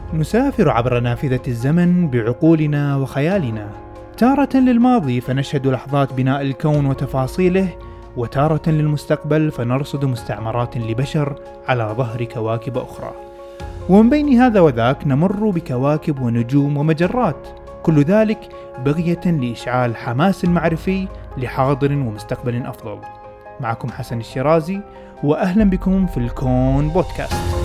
نسافر عبر نافذة الزمن بعقولنا وخيالنا، تارة للماضي فنشهد لحظات بناء الكون وتفاصيله، وتارة للمستقبل فنرصد مستعمرات لبشر على ظهر كواكب أخرى. ومن بين هذا وذاك نمر بكواكب ونجوم ومجرات، كل ذلك بغية لإشعال حماس معرفي لحاضر ومستقبل أفضل. معكم حسن الشرازي، وأهلا بكم في الكون بودكاست.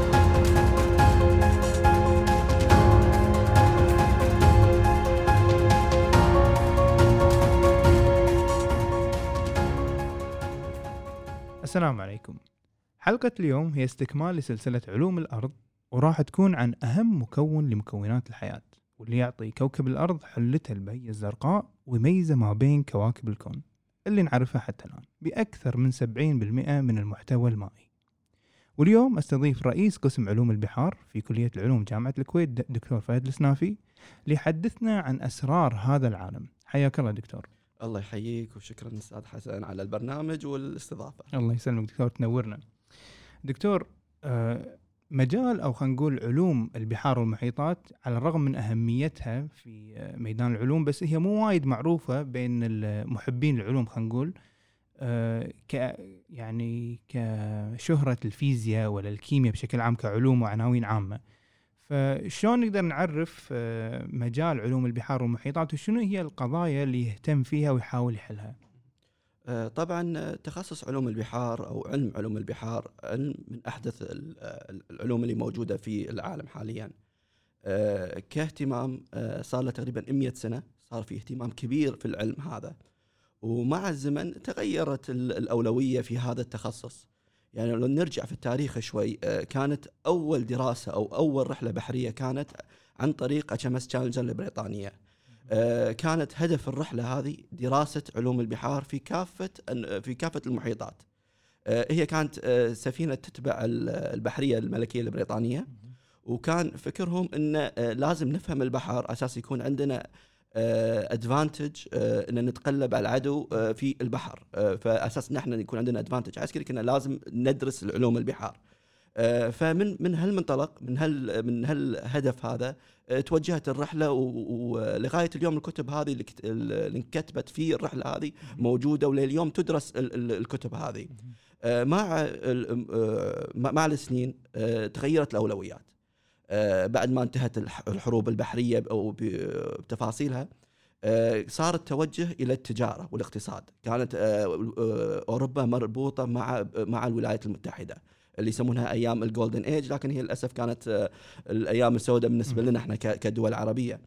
السلام عليكم. حلقة اليوم هي استكمال لسلسلة علوم الأرض، وراح تكون عن أهم مكون لمكونات الحياة، واللي يعطي كوكب الأرض حلته البهية الزرقاء ويميزه ما بين كواكب الكون اللي نعرفها حتى الآن بأكثر من 70% من المحتوى المائي. واليوم استضيف رئيس قسم علوم البحار في كلية العلوم جامعة الكويت دكتور فهد السنافي ليحدثنا عن أسرار هذا العالم. حياك الله دكتور. الله يحييك، وشكرا أستاذ حسن على البرنامج والاستضافة. الله يسلمك دكتور، تنورنا. دكتور، مجال أو خلينا نقول علوم البحار والمحيطات على الرغم من أهميتها في ميدان العلوم، بس هي مو وايد معروفة بين المحبين العلوم، خلينا نقول يعني كشهرة الفيزياء ولا الكيمياء بشكل عام كعلوم وعناوين عامة. فشون نقدر نعرف مجال علوم البحار والمحيطات، وشنو هي القضايا اللي يهتم فيها ويحاول يحلها؟ طبعا تخصص علوم البحار أو علم علوم البحار علم من أحدث العلوم اللي موجودة في العالم حاليا. كاهتمام صار له تقريبا 100 سنة، صار في اهتمام كبير في العلم هذا، ومع الزمن تغيرت الأولوية في هذا التخصص. يعني لو نرجع في التاريخ شوي، كانت أول دراسة أو أول رحلة بحرية كانت عن طريق HMS Challenger البريطانية. كانت هدف الرحلة هذه دراسة علوم البحار في كافة المحيطات. هي كانت سفينة تتبع البحرية الملكية البريطانية، وكان فكرهم إن لازم نفهم البحر أساس يكون عندنا ادفانتج ان نتقلب على العدو في البحر. فاساس نحن يكون عندنا ادفانتج عسكري كنا لازم ندرس العلوم البحار. فمن هالمنطلق من هالهدف هذا توجهت الرحله، ولغايه اليوم الكتب هذه اللي انكتبت في الرحله هذه موجوده، ولليوم تدرس الكتب هذه. مع السنين تغيرت الاولويات. بعد ما انتهت الحروب البحرية أو بتفاصيلها، صار التوجه إلى التجارة والاقتصاد. كانت أوروبا مربوطة مع الولايات المتحدة اللي يسمونها أيام الجولدن ايج، لكن هي للأسف كانت الأيام السوداء بالنسبة لنا احنا كدول عربية.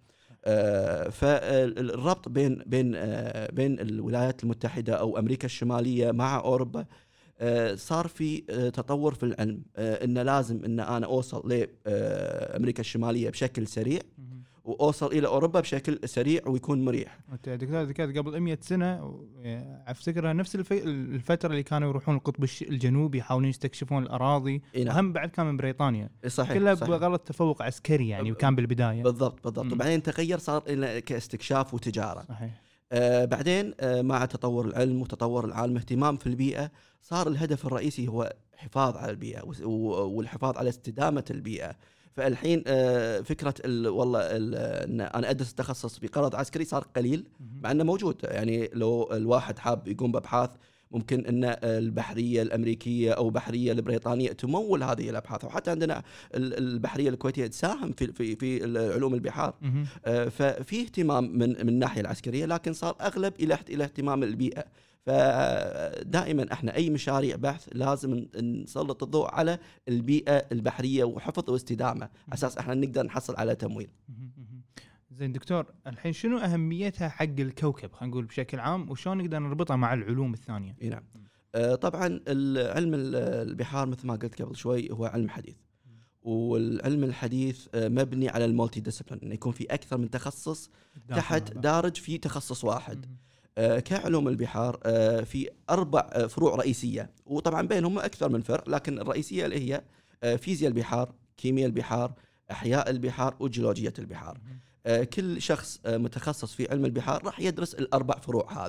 فالربط بين الولايات المتحدة أو أمريكا الشمالية مع أوروبا صار في تطور في العلم، إن لازم إن أنا أوصل لأمريكا الشمالية بشكل سريع، وأوصل إلى أوروبا بشكل سريع ويكون مريح. دكتور ذكرت قبل 100 سنة، أفتكرها نفس الفترة اللي كانوا يروحون القطب الجنوبي يحاولون يستكشفون الأراضي، وهم بعد كان من بريطانيا. صحيح، كلها بغرض تفوق عسكري يعني، وكان بالبداية بالضبط. وبعدين تغير صار إلى كاستكشاف وتجارة. صحيح. بعدين مع تطور العلم وتطور العالم اهتمام في البيئة، صار الهدف الرئيسي هو الحفاظ على البيئة والحفاظ على استدامة البيئة. فالحين فكرة والله أن أنا أدرس تخصص بغرض عسكري صار قليل، مع أنه موجود. يعني لو الواحد حاب يقوم بأبحاث، ممكن أن البحرية الأمريكية أو البحرية البريطانية تمول هذه الأبحاث، وحتى عندنا البحرية الكويتية تساهم في علوم البحار. ففي اهتمام من الناحية العسكرية، لكن صار أغلب إلى اهتمام البيئة. فدائما احنا أي مشاريع بحث لازم نسلط الضوء على البيئة البحرية وحفظ واستدامة، أساس احنا نقدر نحصل على تمويل. زين دكتور، الحين شنو أهميتها حق الكوكب خلينا نقول بشكل عام، وشون نقدر نربطها مع العلوم الثانية؟ نعم. طبعا علم البحار مثل ما قلت قبل شوي هو علم حديث، والعلم الحديث مبني على المولتي ديسيبلين، إنه يكون في أكثر من تخصص تحت دارج في تخصص واحد. كعلوم البحار في 4 فروع رئيسية، وطبعا بينهم أكثر من فرع، لكن الرئيسية اللي هي فيزياء البحار، كيمياء البحار، أحياء البحار، وجيولوجية البحار. كل شخص متخصص في علم البحار راح يدرس ال4 فروع هذه،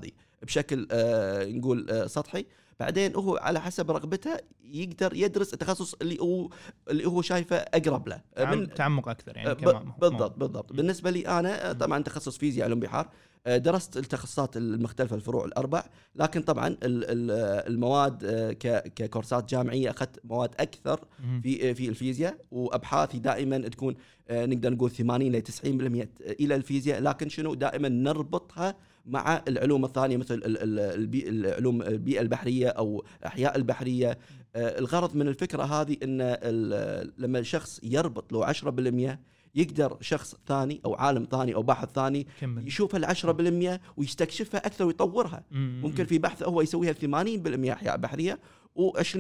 بشكل نقول سطحي، بعدين هو على حسب رغبته يقدر يدرس التخصص اللي هو شايفه اقرب له من تعمق اكثر يعني. بالضبط. بالنسبه لي انا طبعا تخصص فيزياء علوم بحار، درست التخصصات المختلفه الفروع الاربع، لكن طبعا المواد ككورسات جامعيه اخذت مواد اكثر في الفيزياء، وابحاثي دائما تكون نقدر نقول 80 ل 90% الى الفيزياء، لكن شنو دائما نربطها مع العلوم الثانيه مثل العلوم البيئه البحريه او الاحياء البحريه. الغرض من الفكره هذه ان لما الشخص يربط له 10% يقدر شخص ثاني او عالم ثاني او باحث ثاني يشوف ال10% ويستكشفها اكثر ويطورها. ممكن في بحث هو يسويها 80% احياء بحريه و20%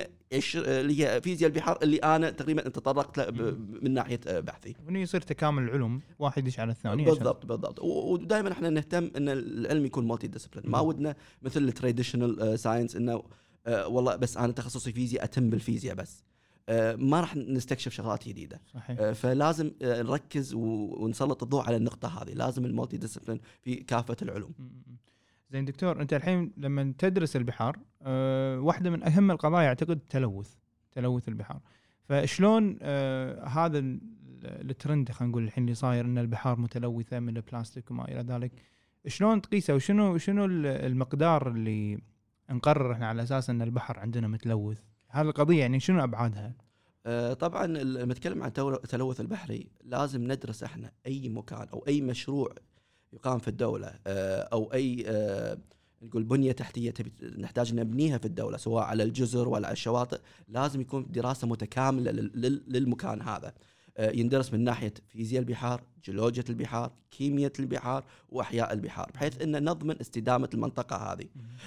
اللي هي فيزياء البحار اللي انا تقريبا تطرقت له من ناحيه بحثي، انه يصير تكامل العلوم، واحد يدش على الثاني. بالضبط. ودائما احنا نهتم ان العلم يكون مالتي ديسيبلين، ما ودنا مثل التراديشنال ساينس انه والله بس انا تخصصي فيزياء اتم بالفيزياء بس، ما راح نستكشف شغلات جديدة. فلازم نركز ونسلط الضوء على النقطة هذه، لازم المالتي ديسيبلين في كافة العلوم. زين دكتور، أنت الحين لما تدرس البحار واحدة من أهم القضايا أعتقد تلوث البحار، فشلون هذا الترند خلينا نقول الحين اللي صاير إن البحار متلوثة من البلاستيك وما إلى ذلك، شلون تقيسه وشنو المقدار اللي نقرر إحنا على أساس أن البحر عندنا متلوث؟ هذه القضية يعني شنو أبعادها؟ طبعا لما نتكلم عن التلوث البحري لازم ندرس احنا أي مكان أو أي مشروع يقام في الدولة أو أي نقول بنية تحتية نحتاج نبنيها في الدولة سواء على الجزر ولا على الشواطئ، لازم يكون دراسة متكاملة للمكان هذا، يندرس من ناحية فيزياء البحار، جيولوجيا البحار، كيمياء البحار وأحياء البحار، بحيث أن نضمن استدامة المنطقة هذه.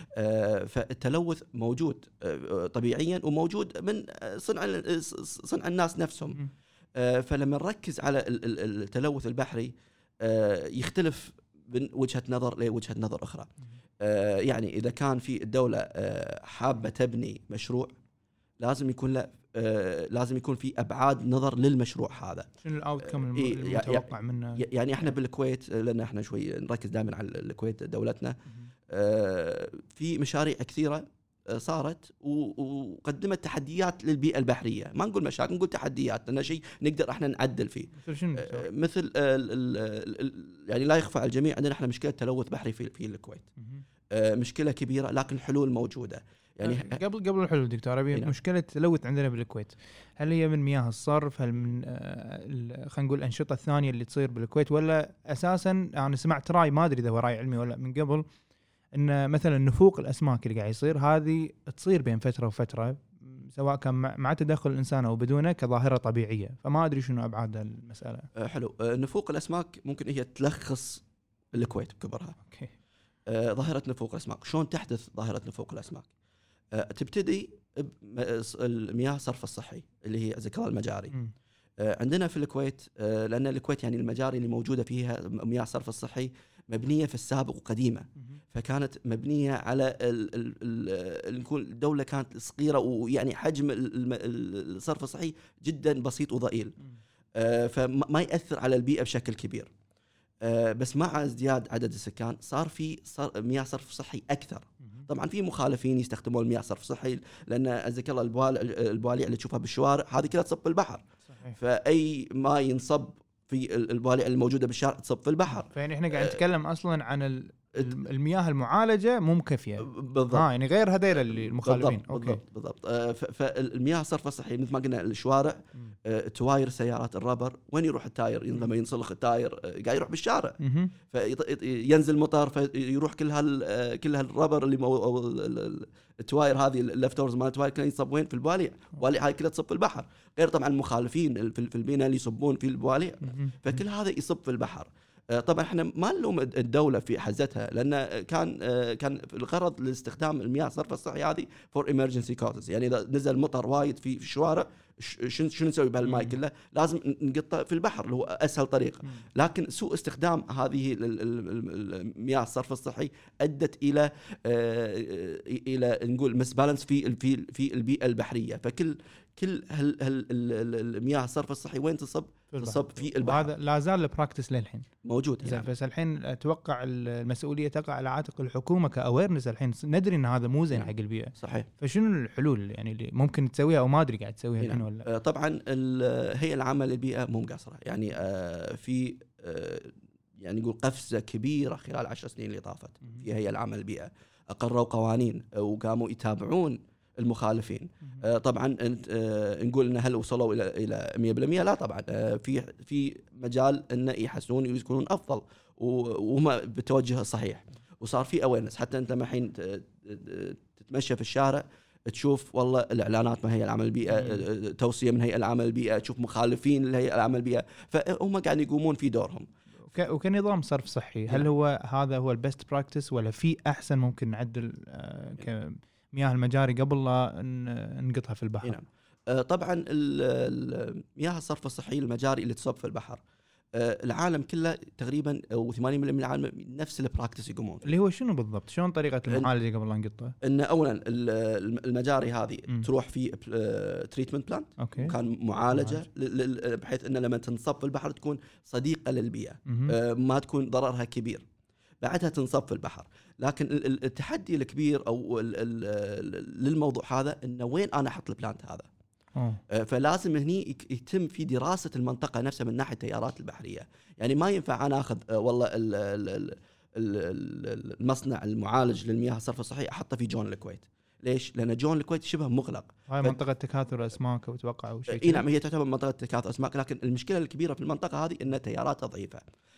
فالتلوث موجود طبيعيا وموجود من صنع الناس نفسهم. فلما نركز على التلوث البحري يختلف من وجهة نظر لوجهة نظر أخرى. يعني إذا كان في الدولة حابة تبني مشروع لازم يكون في أبعاد نظر للمشروع هذا. شنو الأوتكم المتوقع منه؟ يعني احنا بالكويت لأن احنا شوي نركز دائما على الكويت دولتنا، في مشاريع كثيرة صارت وقدمت تحديات للبيئة البحرية، ما نقول مشاكل نقول تحديات لأن شيء نقدر احنا نعدل فيه. مثل يعني لا يخفى على الجميع عندنا احنا مشكلة تلوث بحري في الكويت، مشكلة كبيرة لكن حلول موجودة. يعني قبل الحلول دكتور أبي، مشكلة التلوث عندنا بالكويت هل هي من مياه الصرف، هل من خلينا نقول الأنشطة الثانية اللي تصير بالكويت، ولا أساسا أنا سمعت رأي ما أدري إذا هو رأي علمي ولا من قبل إن مثلا نفوق الأسماك اللي قاعد يصير هذه تصير بين فترة وفترة سواء كان مع تدخل الإنسان أو بدونه كظاهرة طبيعية، فما أدري شنو أبعاد المسألة. حلو. نفوق الأسماك ممكن هي تلخص الكويت بكبرها. ظاهرة نفوق الأسماك، شلون تحدث ظاهرة نفوق الأسماك؟ تبتدي المياه صرف الصحي اللي هي ذكر المجاري. عندنا في الكويت لأن الكويت يعني المجاري اللي موجودة فيها مياه صرف الصحي مبنية في السابق وقديمة، فكانت مبنية على نقول الدولة كانت صغيرة ويعني حجم الصرف الصحي جدا بسيط وضئيل، فما يأثر على البيئة بشكل كبير. بس مع ازدياد عدد السكان صار في مياه صرف صحي أكثر. طبعا في مخالفين يستخدمون المياه صرف صحي لأن أذكر البواليع اللي تشوفها بالشوارع هذه كلها تصب في البحر. صحيح. فأي ما ينصب في البواليع الموجودة بالشارع تصب في البحر. فيعني إحنا قاعد نتكلم أصلاً عن المياه المعالجة مو مكفية. بالضبط. يعني غير هذيل المخالفين. بالضبط. فالمياه صرف الصحي مثل ما قلنا الشوارع، تواير سيارات الرابر، وين يروح التاير لما ينسلخ التاير قاعد يروح بالشارع، فينزل مطر فيروح كل هالرابر اللي أو التواير هذه اللفتورز مال التواير كان يصب وين في البواليع، البواليع هاي كلها تصب في البحر، غير طبعا المخالفين في البناء اللي يصبون في البواليع، فكل هذا يصب في البحر. طبعا احنا ما نلوم الدوله في حزتها لان كان الغرض لاستخدام المياه صرف الصحي هذه فور emergency causes، يعني اذا نزل مطر وايد في الشوارع شنو نسوي بهالماي كله؟ لازم نقطه في البحر اللي هو اسهل طريقه. لكن سوء استخدام هذه المياه الصرف الصحي ادت الى نقول مس بالانس في البيئه البحريه. فكل المياه الصرف الصحي وين تصب في البحر. هذا لا زال البراكتس للحين موجود. يعني. بس الحين اتوقع المسؤوليه تقع على عاتق الحكومه كاويرنس. الحين ندري ان هذا مو زين حق البيئه. صحيح. فشنو الحلول يعني اللي ممكن تسويها او ما ادري قاعد تسويها الحين ولا؟ طبعا الهيئه العامه للبيئه مو مقصره يعني. في يعني نقول قفزه كبيره خلال 10 سنين اللي طافت في الهيئه العامه للبيئه. اقروا قوانين وقاموا يتابعون المخالفين. طبعا نقول ان هل وصلوا الى 100%؟ لا طبعا. في مجال ان يحسنون ويكونون افضل وهم بالتوجه الصحيح. وصار في اويرنس. حتى انت ما حين تتمشى في الشارع تشوف والله الاعلانات من هيئه العامه للبيئه، توصيه من هيئه العامه للبيئه، تشوف مخالفين للهيئه العامه للبيئه. فهم قاعد يقومون في دورهم. وكنظام صرف صحي هل هو هذا هو البست براكتس ولا في احسن ممكن نعدل كمياه المجاري قبل لا نقطها في البحر؟ طبعا مياه الصرف الصحي المجاري اللي تصب في البحر العالم كله تقريبا او 80% من العالم نفس البراكتس يقومون. اللي هو شنو بالضبط؟ شلون طريقه المعالجه قبل لا نقطها؟ ان اولا المجاري هذه تروح في تريتمنت بلانت وكان معالجه بحيث ان لما تنصب في البحر تكون صديقه للبيئه، ما تكون ضررها كبير. بعدها تنصب في البحر. لكن التحدي الكبير او للموضوع هذا انه وين انا احط البلانت هذا. فلازم هني يتم في دراسة المنطقة نفسها من ناحية التيارات البحرية. يعني ما ينفع أنا أخذ والله المصنع المعالج للمياه الصرف الصحي أحطه في جون الكويت. ليش؟ لأن جون الكويت شبه مغلق. هاي منطقة تكاثر أسماك وتوقع أو شيء. نعم هي تعتبر منطقة تكاثر أسماك. لكن المشكلة الكبيرة في المنطقة هذه إن تياراتها ضعيفة.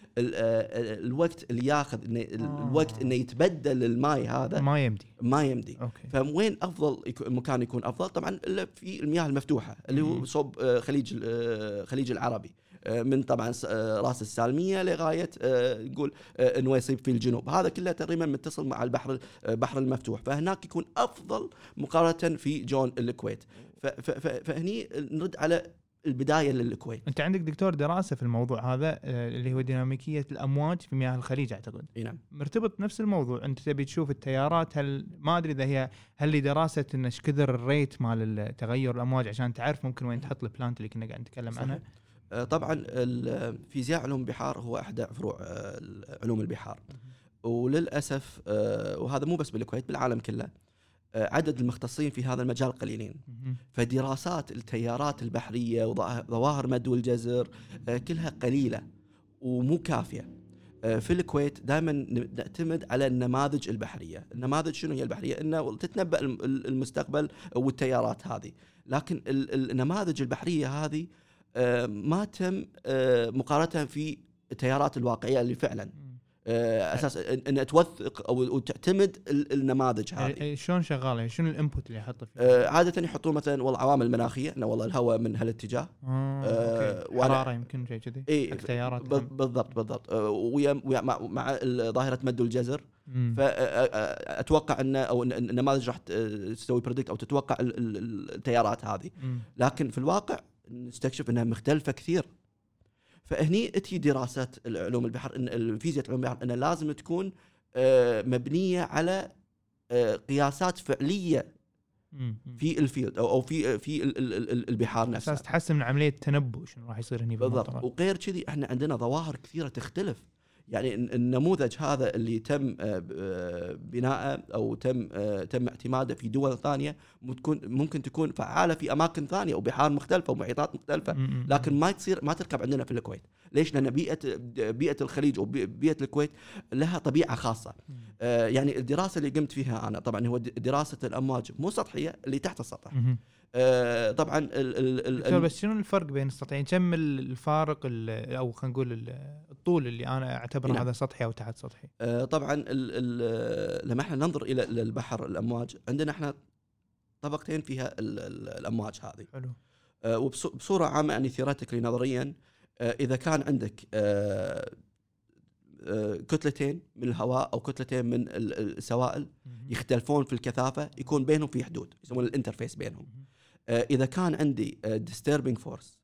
الوقت اللي ياخذ الوقت إنه يتبدل الماء هذا ما يمدي. فوين أفضل المكان يكون أفضل؟ طبعا إلا في المياه المفتوحة اللي هو صوب خليج العربي، من طبعا راس السالمية لغاية نقول نويصيب في الجنوب. هذا كله تقريبا متصل مع البحر المفتوح. فهناك يكون أفضل مقارنة في جون الكويت. فهني نرد على البداية للكويت. أنت عندك دكتور دراسة في الموضوع هذا اللي هو ديناميكية الأمواج في مياه الخليج أعتقد. نعم. مرتبط نفس الموضوع. أنت تبي تشوف التيارات، هل ما أدري إذا هل لدراسة إن إيش كثر الريت مال تغير الأمواج عشان تعرف ممكن وين تحط البلانت اللي كنا قاعد نتكلم عنها. طبعا الفيزياء علوم البحار هو أحد فروع علوم البحار. وللأسف وهذا مو بس بالكويت بالعالم كله عدد المختصين في هذا المجال قليلين. فدراسات التيارات البحرية وظواهر مد والجزر كلها قليلة ومو كافية. في الكويت دائما نعتمد على النماذج البحرية. النماذج شنو هي البحرية؟ إنه تتنبأ المستقبل والتيارات هذه. لكن النماذج البحرية هذه ما تم مقارنتها في التيارات الواقعية اللي فعلا اساس ان توثق او تعتمد النماذج هذه. شلون شغاله؟ شنو الانبوت اللي يحطه فيه؟ عاده يحطون مثلا والله عوامل مناخيه، انه والله الهواء من هالاتجاه، حراره يمكن شيء كذي. التيارات بالضبط مع ظاهره مد والجزر. فاتوقع ان او النماذج راح تسوي بريدكت او تتوقع التيارات هذه. لكن في الواقع نستكشف انها مختلفه كثير. فهني تجي دراسات علوم البحر، ان الفيزياء علوم البحر انها لازم تكون مبنيه على قياسات فعليه في الفيلد او في البحار نفسها، اساس تحسن من عمليه التنبؤ شنو راح يصير هنا بالضبط. وغير كذي احنا عندنا ظواهر كثيره تختلف. يعني النموذج هذا اللي تم بناءه او تم اعتماده في دول ثانيه ممكن تكون فعاله في اماكن ثانيه وبحار مختلفه ومحيطات مختلفه، لكن ما تركب عندنا في الكويت. ليش؟ لان بيئه الخليج وبيئه الكويت لها طبيعه خاصه. يعني الدراسه اللي قمت فيها انا طبعا هو دراسه الامواج مو سطحيه اللي تحت السطح. طبعا بس شنو الفرق بين السطحين؟ كم الفارق او خلينا نقول الطول اللي انا اعتبره هذا سطحي او تحت سطحي؟ طبعا لما احنا ننظر الى البحر الامواج عندنا احنا طبقتين فيها الامواج هذه. حلو. وبصوره عامه يعني ثيوريتيكلي نظريا اذا كان عندك كتلتين من الهواء او كتلتين من السوائل يختلفون في الكثافه، يكون بينهم في حدود يسمون الانترفيس بينهم. اذا كان عندي disturbing force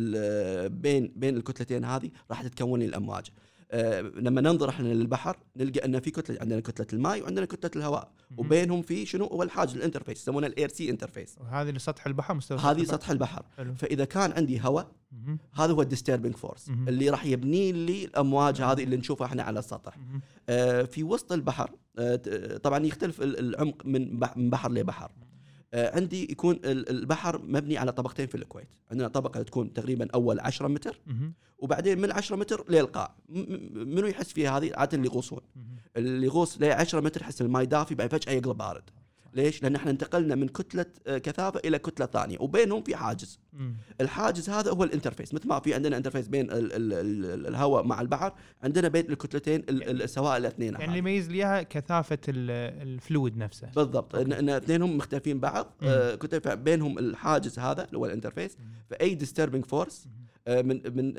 بين الكتلتين هذه راح تتكون لي الامواج. لما ننظر احنا للبحر نلقى ان في كتله، عندنا كتله الماء وعندنا كتله الهواء، وبينهم في شنو هو الحاجز الانترفيس يسمونه الاير سي انترفيس. وهذه لسطح البحر، مستوى هذه سطح البحر. فاذا كان عندي هواء هذا هو الديستربنج فورس اللي راح يبني لي الامواج هذه اللي نشوفها احنا على السطح. في وسط البحر طبعا يختلف العمق من بحر لبحر. عندي يكون البحر مبني على طبقتين في الكويت. عندنا طبقة تكون تقريبا أول 10 متر وبعدين من 10 متر للقاع. منو يحس فيها هذه؟ عادة اللي يغوصون. اللي يغوص ل 10 متر يحس الماء دافي بعد فجأة يقلب بارد. ليش؟ لأن احنا انتقلنا من كتلة كثافة إلى كتلة ثانية وبينهم في حاجز. الحاجز هذا هو الانترفيس. مثل ما في عندنا انترفيس بين الهواء مع البحر، عندنا بين الكتلتين السواء الاثنين. يعني اللي يميز ليها كثافة الفلويد نفسه. بالضبط، ان اثنينهم مختلفين بعض. كتلة بينهم الحاجز هذا اللي هو الانترفيس. فأي disturbing force من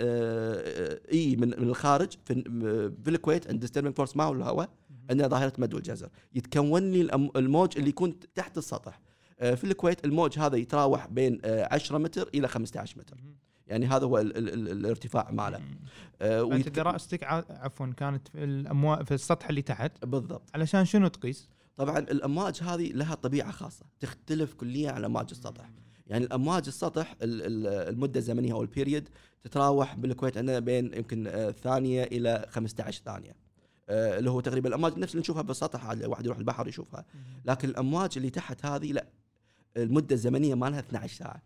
الخارج في الكويت عند disturbing force مع الهواء عندنا ظاهرة مد والجزر، يتكون لي الموج اللي يكون تحت السطح. في الكويت الموج هذا يتراوح بين 10 متر إلى 15 متر. يعني هذا هو الارتفاع ماله. أنت دراستك عفوا كانت في الأمواج في السطح اللي تحت. بالضبط. علشان شنو تقيس؟ طبعا الأمواج هذه لها طبيعة خاصة تختلف كليا عن أمواج السطح. يعني الأمواج السطح المدة الزمنية أو البيريد تتراوح بالكويت عندنا بين يمكن ثانية إلى 15 ثانية، اللي هو تقريبا الأمواج نفس اللي نشوفها بالسطح، واحد يروح البحر يشوفها. لكن الأمواج اللي تحت هذه لا، المدة الزمنية مالها 12 ساعة.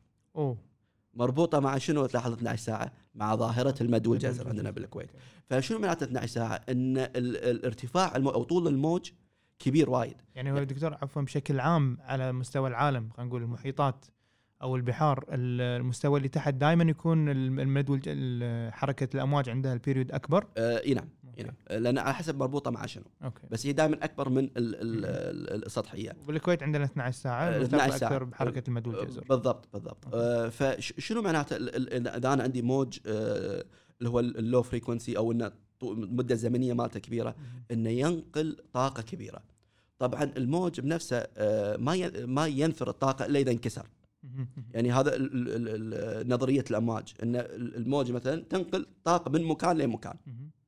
مربوطة مع شنو؟ تلاحظ 12 ساعة مع ظاهرة المد والجزر عندنا بالكويت. فشنو معناته 12 ساعة؟ إن الارتفاع أو طول الموج كبير وايد. يعني هو دكتور عفوا بشكل عام على مستوى العالم، خلينا نقول المحيطات أو البحار، المستوى اللي تحت دائما يكون المد حركة الأمواج عندها البيريود أكبر. نعم. لأن على حسب مربوطة مع شنو. بس هي دائما أكبر من السطحية. بالكويت عندنا 12 ساعة 12 ساعة أكثر بحركة المد والجزر. بالضبط. فشنو معناته إذا أنا عندي موج اللي هو اللو فريكونسي أو إن المدة الزمنية مالته كبيرة، إنه ينقل طاقة كبيرة. طبعا الموج بنفسه ما ينثر الطاقة إلا إذا انكسر. يعني هذا نظرية الأمواج، إن الموج مثلا تنقل طاقة من مكان لمكان،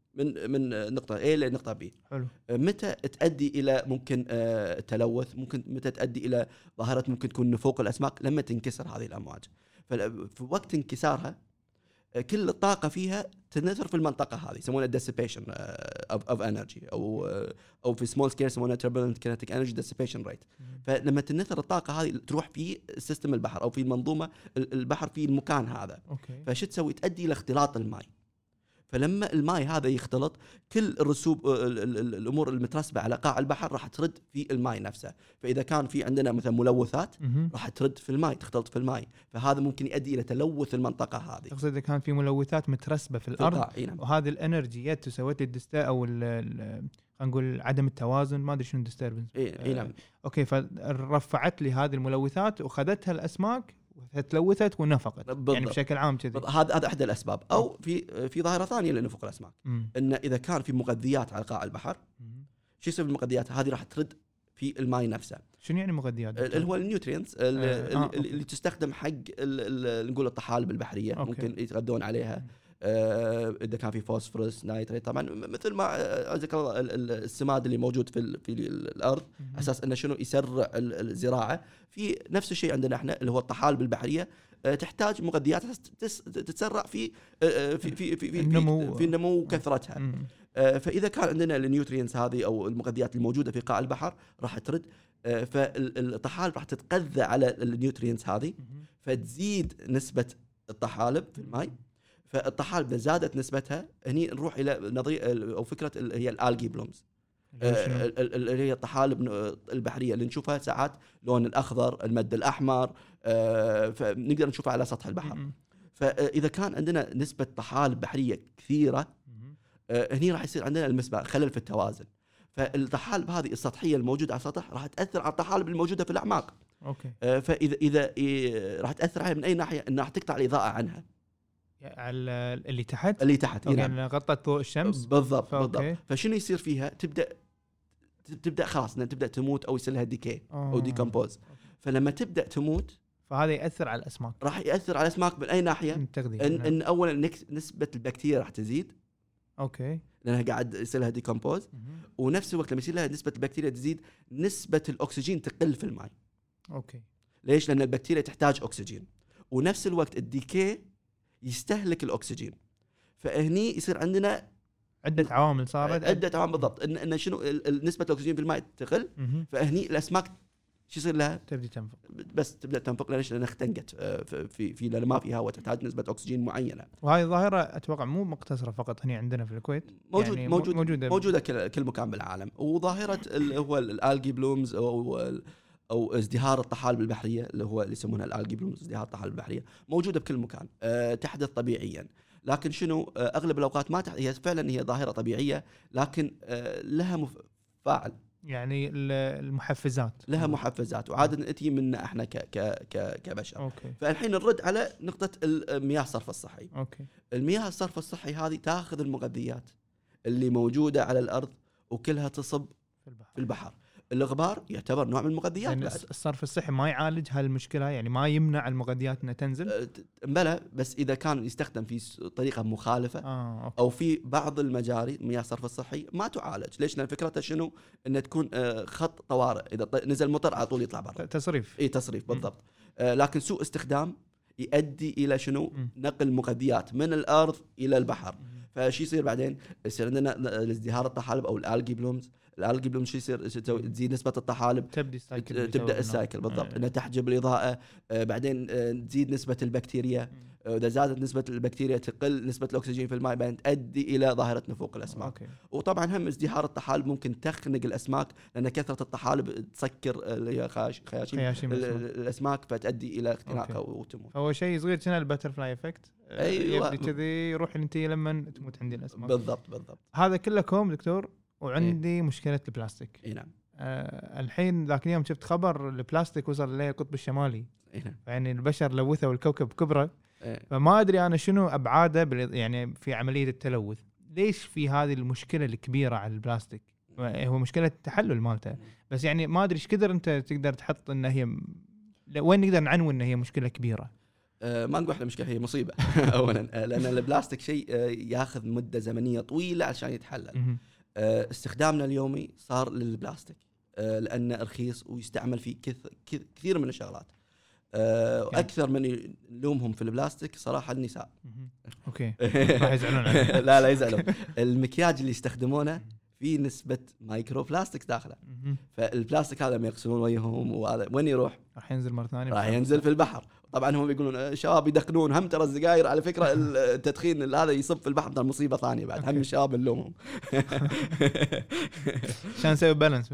من نقطة A لنقطة B. حلو. متى تؤدي إلى ممكن تلوث، ممكن متى تؤدي إلى ظاهرة ممكن تكون نفوق الأسماك لما تنكسر هذه الأمواج. في وقت انكسارها كل الطاقة فيها تنثر في المنطقة هذه، يسمونها dissipation of energy أو في small scale يسمونها turbulent kinetic energy dissipation rate. فلما تنثر الطاقة هذه تروح في سيستم البحر أو في منظومة البحر في المكان هذا. فشو تسوي؟ تؤدي إلى اختلاط الماء. فلما الماء هذا يختلط كل الرسوب الأمور المترسبة على قاع البحر راح ترد في الماء نفسه. فإذا كان في عندنا مثلا ملوثات راح ترد في الماء، تختلط في الماء، فهذا ممكن يؤدي إلى تلوث المنطقة هذه. تقصد إذا كان في ملوثات مترسبة في الأرض وهذه الانرجي تسوي أو خلينا نقول عدم التوازن، ما أدري شنو disturbance. نعم. أوكي، فرفعت لي هذه الملوثات وخذتها الأسماك وتلوثت ونفقت. يعني بشكل عام كذي. هذا أحد الأسباب. أو في ظاهرة ثانية لنفق الأسماك، إن إذا كان في مغذيات على قاع البحر، شو يسوي المغذيات هذه؟ راح ترد في الماء نفسه. شنو يعني مغذيات؟ اللي هو النيوترينز اللي تستخدم حق نقول الطحالب البحرية. ممكن يتغذون عليها. إذا كان في فوسفورس، نايتريت، طبعا مثل ما ذكر الله السماد اللي موجود في الأرض، أساس إنه شنو يسرع الزراعة. في نفس الشيء عندنا إحنا اللي هو الطحالب البحرية تحتاج مغذيات تتسرع في النمو وكثرتها. فإذا كان عندنا النيوترينز هذه أو المغذيات الموجودة في قاع البحر راح ترد، فالطحالب راح تتغذى على النيوترينز هذه، فتزيد نسبة الطحالب في الماء. فالطحالب إذا زادت نسبتها هني نروح إلى نظرية أو فكرة هي الألجي بلومز، اللي هي الطحالب البحرية اللي نشوفها ساعات لون الأخضر، المد الأحمر، فنقدر نشوفها على سطح البحر. فإذا كان عندنا نسبة طحالب بحرية كثيرة، هني راح يصير عندنا المسبة خلل في التوازن. فالطحالب هذه السطحية الموجودة على السطح راح تأثر على الطحالب الموجودة في الأعماق. فإذا راح تأثر عليها من أي ناحية؟ إنها راح تقطع الإضاءة عنها على اللي تحت يعني غطت ضوء الشمس. بالضبط. فشنو يصير فيها؟ تبدأ خلاص تبدأ تموت أو يصير لها ديكي أو ديكمبوز. فلما تبدأ تموت فهذا ياثر على الاسماك. راح ياثر على الاسماك من اي ناحيه؟ ان اولا نسبه البكتيريا راح تزيد. اوكي. لانها قاعد يصير لها ديكومبوز، ونفس الوقت لما يصير لها نسبه البكتيريا تزيد نسبه الاكسجين تقل في الماء. اوكي. ليش؟ لان البكتيريا تحتاج اكسجين، ونفس الوقت الديكي يستهلك الاكسجين. فهني يصير عندنا عده عوامل صارت. عده عوامل بالضبط. ان شنو نسبه الاكسجين في الماء تقل. فهني الاسماك شو يصير لها؟ تبدي تنفق. بس تبدا تنفق. ليش؟ لانها اختنقت في لان ما في هواء، تحتاج نسبه اكسجين معينه. وهذه ظاهره اتوقع مو مقتصره فقط هنا عندنا في الكويت، يعني موجوده كل مكان بالعالم. وظاهره اللي هو الالجي بلومز او ازدهار الطحالب البحريه، اللي هو اللي يسمونها الالجي بلومز، ازدهار الطحالب البحريه، موجوده بكل مكان، تحدث طبيعيا. لكن شنو اغلب الاوقات ما هي فعلا هي ظاهره طبيعيه، لكن لها فاعل. يعني المحفزات لها محفزات، وعاده تجي منا احنا كبشر. أوكي. فالحين نرد على نقطه المياه الصرف الصحي. أوكي. المياه الصرف الصحي هذه تاخذ المغذيات اللي موجوده على الارض وكلها تصب في البحر. الغبار يعتبر نوع من المغذيات. يعني الصرف الصحي ما يعالج هالمشكله، يعني ما يمنع المغذيات انها تنزل. بلى، بس اذا كان يستخدم في طريقه مخالفه او في بعض المجاري مياه الصرف الصحي ما تعالج. ليش؟ لان فكرتها شنو؟ انها تكون خط طوارئ، اذا نزل مطر على طول يطلع برا. تصريف. تصريف بالضبط. لكن سوء استخدام يؤدي الى شنو؟ نقل مغذيات من الارض الى البحر. فشي يصير بعدين؟ يصير عندنا ازدهار الطحالب او الالجي بلومز. الالجي بلوم شو يصير؟ تزيد نسبه الطحالب، تبدا السايكل بالضبط. انها تحجب الاضاءه، بعدين تزيد نسبه البكتيريا. اذا زادت نسبه البكتيريا تقل نسبه الاكسجين في الماء، بعدين تؤدي الى ظاهره نفوق الاسماك. وطبعا هم ازدهار الطحالب ممكن تخنق الاسماك، لان كثره الطحالب تسكر خياشيم الاسماك، فتؤدي الى اختناقها وتموت. هو شيء صغير كنا الباترفلاي افكت. ايوه يبدي كذي يروح انت لما تموت عندي الاسماك. بالضبط. هذا كله كوم دكتور. وعندي مشكله البلاستيك. اي نعم. الحين ذاك اليوم شفت خبر البلاستيك وصل للقطب الشمالي. نعم. يعني البشر لوثوا الكوكب كبره. فما ادري انا شنو ابعاده يعني في عمليه التلوث. ليش في هذه المشكله الكبيره على البلاستيك؟ هو مشكله التحلل مالته، بس يعني ما ادري ايش كثر انت تقدر تحط ان هي وين نقدر نعنون ان هي مشكله كبيره. ما نقول احنا مشكله، هي مصيبه. اولا لان البلاستيك شيء ياخذ مده زمنيه طويله عشان يتحلل. استخدامنا اليومي صار للبلاستيك لأنه رخيص ويستعمل في كثير من الشغلات. أكثر من نلومهم في البلاستيك صراحة النساء. أوكي. راح يزعلون. لا يزعلون. المكياج اللي يستخدمونه في نسبة مايكرو بلاستيك داخله. فالبلاستيك هذا ما يغسلون وجههم وهذا وين يروح؟ راح ينزل مرة ثانية. راح ينزل في البحر. طبعا هم بيقولون شباب يدخنون، هم ترى السجاير على فكرة التدخين هذا يصب في البحر، ده مصيبة ثانية بعد. هم الشباب نلومهم. عشان نسوي بالانس.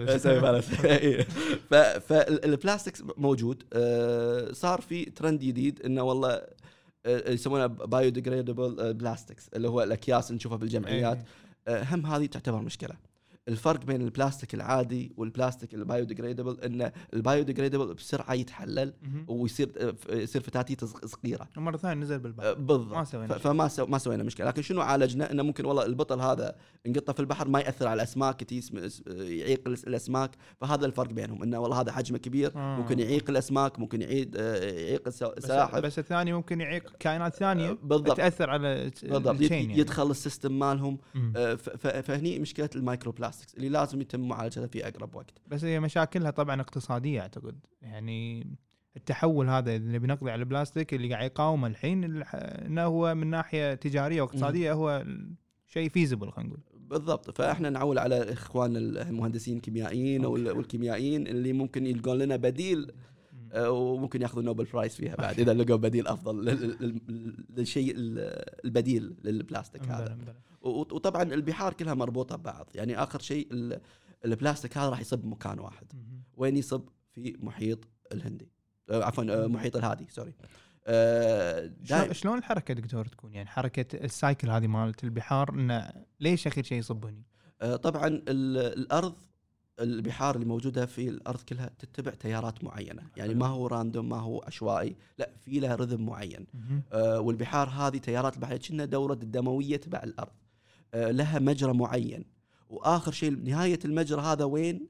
فالبلاستيك موجود. صار في ترند جديد انه والله يسمونه بايوديجريدبل بلاستيكس، اللي هو الاكياس اللي نشوفها بالجمعيات. هم هذه تعتبر مشكلة. الفرق بين البلاستيك العادي والبلاستيك البايوديجريدبل ان البايوديجريدبل بسرعه يتحلل ويصير فتاتيت صغيره. مره ثانيه نزل بالبحر بالضبط. ما سوينا مشكله. لكن شنو عالجنا؟ انه ممكن والله البطل هذا نقطه في البحر ما ياثر على الاسماك، يعيق الاسماك. فهذا الفرق بينهم، انه والله هذا حجمه كبير ممكن يعيق الاسماك، ممكن يعيق السلاحف، بس الثاني ممكن يعيق كائنات ثانيه تاثر على يعني. يدخل السيستم مالهم. فهني مشكله المايكرو اللي لازم يتم معالجتها في أقرب وقت. بس هي مشاكلها طبعا اقتصادية أعتقد. يعني التحول هذا اللي بنقضي على البلاستيك اللي قاعد يقاوم الحين، إنه هو من ناحية تجارية واقتصادية هو شيء فيزبل خلينا نقول. بالضبط. فإحنا نعول على إخوان المهندسين الكيميائيين والكيميائيين اللي ممكن يلقون لنا بديل، وممكن ياخذوا نوبل برايس فيها بعد إذا لقوا بديل أفضل للشيء البديل للبلاستيك هذا. وطبعا البحار كلها مربوطة ببعض. يعني آخر شيء البلاستيك هذا راح يصب مكان واحد. وين يصب؟ في محيط الهندي، عفوا محيط الهادي، سوري. شلون الحركة دكتور تكون؟ يعني حركة السايكل هذه مالت البحار، إنه ليش آخر شيء يصب هني؟ طبعا الأرض، البحار اللي موجودة في الأرض كلها تتبع تيارات معينة. يعني ما هو راندوم، ما هو عشوائي، لا في لها رذم معين. والبحار هذه تيارات البحرية كأنها دورة الدموية تبع الأرض، لها مجرى معين. وآخر شيء نهاية المجرى هذا وين؟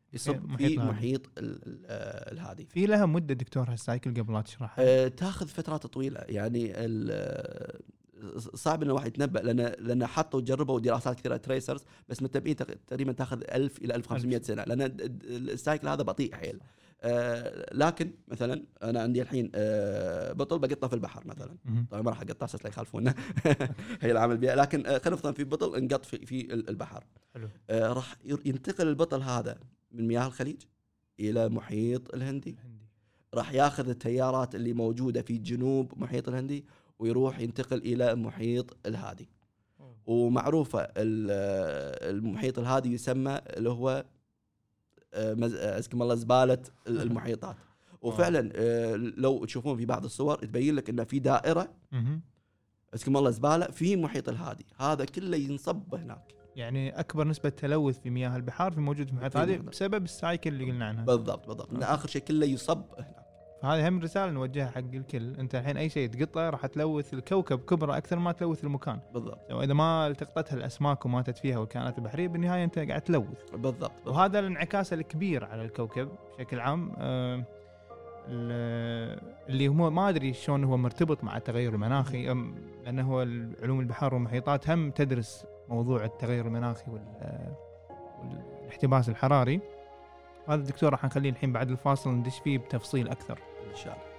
يصب في محيط الهادي. في لها مدة دكتور هالسايكل قبل لا تشرحها؟ تاخذ فترات طويلة يعني. صعب ان الواحد يتنبأ لان حطوا وجربوا دراسات كثيرة تريسرز، بس متبعين تقريبا تاخذ 1000 الى 1500 سنة، لان السايكل هذا بطيء حيل. لكن مثلا انا عندي الحين بطل بقطه في البحر مثلا، طبعا ما راح اقطع اساس لا يخالفونا هي العمل بيها، لكن خلينا نفرض في بطل انقط في البحر. حلو. راح ينتقل البطل هذا من مياه الخليج الى محيط الهندي. راح ياخذ التيارات اللي موجوده في جنوب محيط الهندي ويروح ينتقل الى محيط الهادي. ومعروفه المحيط الهادي يسمى اللي هو اسكم الله زبالة المحيطات. وفعلا لو تشوفون في بعض الصور تبين لك انه في دائرة اسكم الله زبالة في محيط الهادي، هذا كله ينصب هناك. يعني اكبر نسبة تلوث في مياه البحار في موجود في المحيط الهادي بسبب السايكل اللي قلنا عنها. بالضبط ان اخر شيء كله يصب هناك. فهذه هم رسالة نوجهها حق الكل، انت الحين اي شيء تقطه راح تلوث الكوكب كبره اكثر ما تلوث المكان. بالضبط. واذا ما التقطتها الاسماك وماتت فيها والكائنات البحريه بالنهايه انت قاعد تلوث. بالضبط. وهذا الانعكاس الكبير على الكوكب بشكل عام. اللي هو ما ادري شلون هو مرتبط مع التغير المناخي، لانه هو علوم البحار والمحيطات هم تدرس موضوع التغير المناخي والاحتباس الحراري. هذا الدكتور راح نخليه الحين بعد الفاصل ندش فيه بتفصيل اكثر ان شاء الله.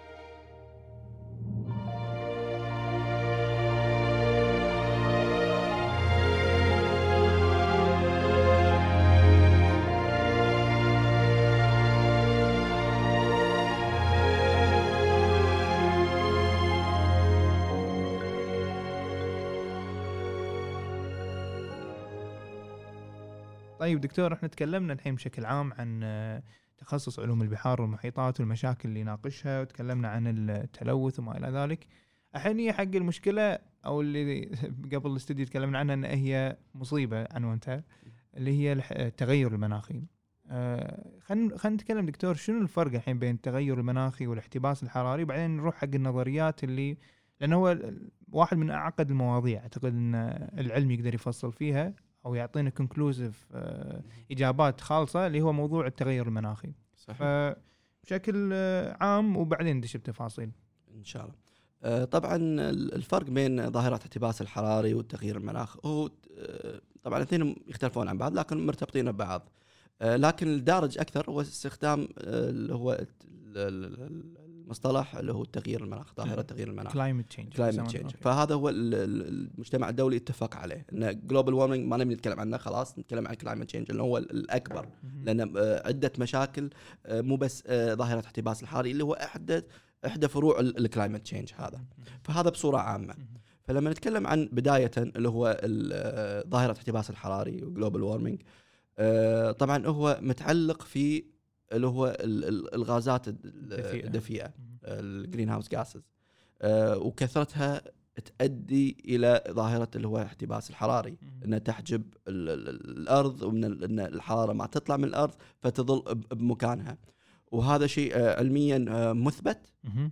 طيب دكتور، احنا تكلمنا الحين بشكل عام عن تخصص علوم البحار والمحيطات والمشاكل اللي يناقشها، وتكلمنا عن التلوث وما إلى ذلك. الحين هي حق المشكلة أو اللي قبل الاستوديو تكلمنا عنها أن هي مصيبة عنوانتها، اللي هي التغير المناخي. خلينا نتكلم دكتور شنو الفرق الحين بين التغير المناخي والاحتباس الحراري، وبعدين نروح حق النظريات اللي لأنه هو واحد من أعقد المواضيع أعتقد أن العلم يقدر يفصل فيها أو يعطينا كونكلوزيف إجابات خالصة، اللي هو موضوع التغير المناخي. صحيح. بشكل عام وبعدين ندش بتفاصيل إن شاء الله. طبعا الفرق بين ظاهرة الاحتباس الحراري والتغيير المناخ هو طبعا الاثنين يختلفون عن بعض لكن مرتبطين ببعض. لكن الدارج أكثر هو استخدام اللي هو المصطلح اللي هو التغيير المناخ، ظاهرة تغيير المناخ climate change. فهذا هو المجتمع الدولي اتفق عليه ان global warming ما نبي نتكلم عنه، خلاص نتكلم عن climate change اللي هو الأكبر، لأن عدة مشاكل مو بس ظاهرة احتباس الحراري اللي هو إحدى فروع الكلايمت تشينج هذا. فهذا بصورة عامة. فلما نتكلم عن بداية اللي هو ظاهرة احتباس الحراري وجلوبال وارمينج، طبعا هو متعلق في اللي هو الغازات الدفيئة الجرين هاوس جاسز، وكثرتها تؤدي إلى ظاهرة اللي هو الاحتباس الحراري، أنها تحجب الأرض ومن أن الحرارة ما تطلع من الأرض فتظل بمكانها. وهذا شيء علميا مثبت،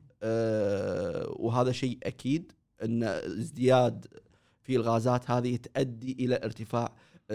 وهذا شيء أكيد أن ازدياد في الغازات هذه تؤدي إلى ارتفاع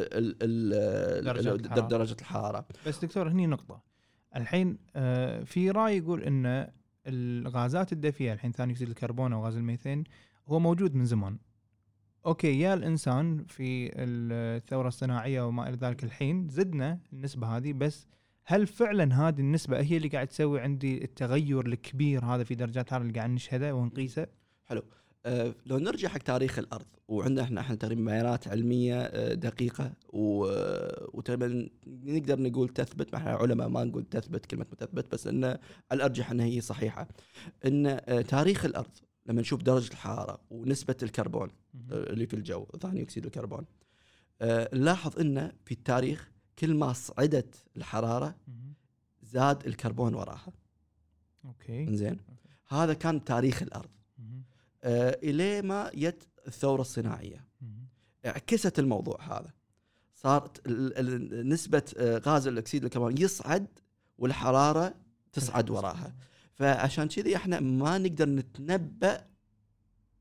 درجة الحرارة. بس دكتور هني نقطة الحين، في رأي يقول أن الغازات الدفيئة الحين ثاني أكسيد الكربون وغاز الميثان هو موجود من زمان. أوكي، يا الإنسان في الثورة الصناعية وما إلى ذلك الحين زدنا النسبة هذه، بس هل فعلا هذه النسبة هي اللي قاعد تسوي عندي التغير الكبير هذا في درجات الحرارة اللي قاعد نشهده ونقيسه؟ حلو. لو نرجع حق تاريخ الأرض، وعندنا احنا تقريبا بيانات علمية دقيقة وتقريبا نقدر نقول تثبت، احنا علماء ما نقول تثبت كلمة مثبت، بس إن الأرجح أنها هي صحيحة، إن تاريخ الأرض لما نشوف درجة الحرارة ونسبة الكربون اللي في الجو ثاني أكسيد الكربون، نلاحظ إن في التاريخ كل ما صعدت الحرارة زاد الكربون وراها. أوكي. إنزين. هذا كان تاريخ الأرض. إلى ما جت الثورة الصناعية عكست الموضوع هذا، صارت نسبة غاز الأكسيد الكربون يصعد والحرارة تصعد وراها. فعشان كذي احنا ما نقدر نتنبأ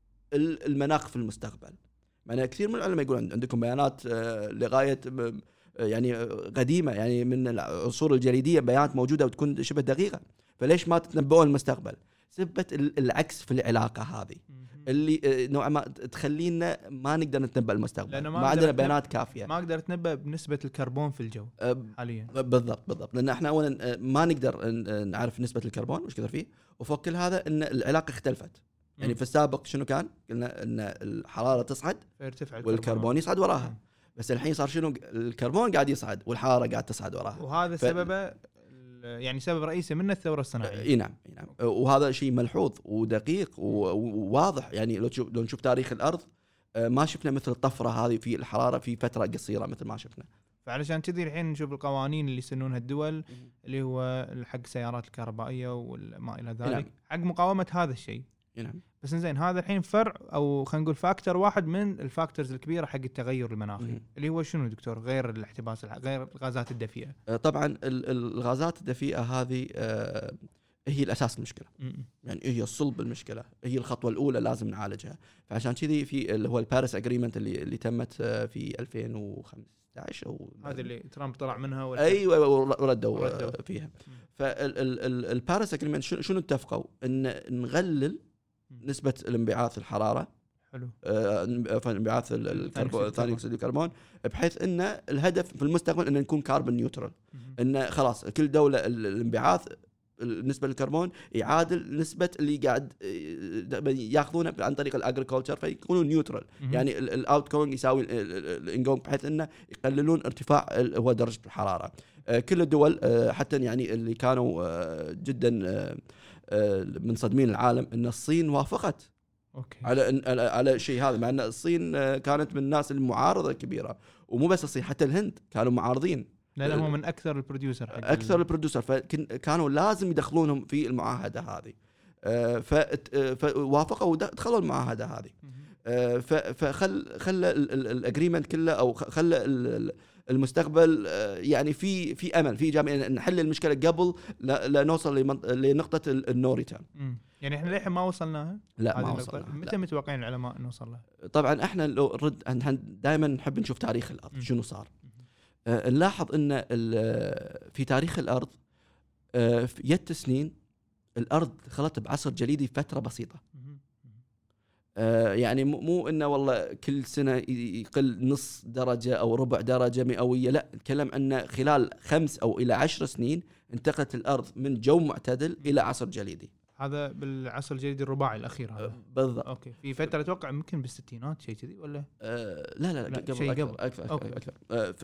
المناخ في المستقبل. يعني كثير من العلماء يقولون عندكم بيانات لغاية يعني قديمه، يعني من العصور الجليديه بيانات موجوده وتكون شبه دقيقه، فليش ما تتنبؤون المستقبل؟ سبة العكس في العلاقه هذه اللي نوعا ما تخلينا ما نقدر نتنبأ المستقبل، ما عندنا بيانات كافيه، ما اقدر اتنبأ بنسبه الكربون في الجو حاليا. بالضبط، لان احنا اولا ما نقدر نعرف نسبه الكربون وش كثر فيه، وفوق كل هذا ان العلاقه اختلفت. يعني في السابق شنو كان؟ قلنا ان الحراره تصعد فيرتفع والكربون يصعد وراها. بس الحين صار شنو؟ الكربون قاعد يصعد والحراره قاعد تصعد وراها، وهذا سببه يعني سبب رئيسي منه الثوره الصناعيه. اي نعم. وهذا شيء ملحوظ ودقيق وواضح. يعني لو نشوف تاريخ الارض ما شفنا مثل الطفره هذه في الحراره في فتره قصيره مثل ما شفنا. فعلشان كذي الحين نشوف القوانين اللي يسنونها الدول اللي هو حق السيارات الكهربائيه وما الى ذلك، نعم. حق مقاومه هذا الشيء. نعم. بس زين، هذا الحين فرع او خلينا نقول فاكتور واحد من الفاكتورز الكبيره حق التغير المناخي، اللي هو شنو دكتور؟ غير الاحتباس، غير الغازات الدفيئه. طبعا الغازات الدفيئه هذه هي الاساس المشكله. يعني هي صلب المشكله، هي الخطوه الاولى لازم نعالجها. فعشان كذي في اللي هو الباريس اجريمنت اللي تمت في 2015 او هذه اللي ترامب طلع منها ايوه وردوا فيها. فالباريس اجريمنت شنو اتفقوا؟ ان نقلل نسبه الانبعاث الحراره، حلو، انبعاث ثاني اكسيد الكربون، بحيث ان الهدف في المستقبل ان نكون كاربون نيوترال، ان خلاص كل دوله الانبعاث بالنسبه للكربون يعادل نسبه اللي قاعد ياخذونه عن طريق الاجريكلتشر، فيكونوا نيوترال. يعني الاوت جوينج يساوي الانجوينج، بحيث انه يقللون ارتفاع هو درجه الحراره. كل الدول حتى يعني اللي كانوا جدا منصدمين العالم ان الصين وافقت على شيء هذا، مع ان الصين كانت من الناس المعارضه الكبيره، ومو بس الصين حتى الهند كانوا معارضين، لأنه هو من أكثر البروديوسر فكانوا لازم يدخلونهم في المعاهدة هذه. فوافقوا ودخلوا المعاهدة هذه. فخلى الأجريمنت كله، أو خلى المستقبل يعني في أمل، في إجابة نحل المشكلة قبل لا نوصل لنقطة النوريتان. يعني إحنا ليه ما وصلناها؟ لا ما وصلنا. متى متوقعين العلماء نوصل لها؟ طبعا إحنا لو دائما نحب نشوف تاريخ الأرض شنو صار. نلاحظ ان في تاريخ الارض في سنين الارض خلت بعصر جليدي فتره بسيطه. يعني مو انه والله كل سنه يقل نص درجه او ربع درجه مئويه، لا، نتكلم ان خلال 5 أو إلى 10 سنين انتقلت الارض من جو معتدل الى عصر جليدي. هذا بالعصر الجليدي الرباعي الاخير هذا بالضبط. اوكي، في فتره اتوقع يمكن بالستينات شيء كذي ولا لا قبل، شيء قبل أكثر.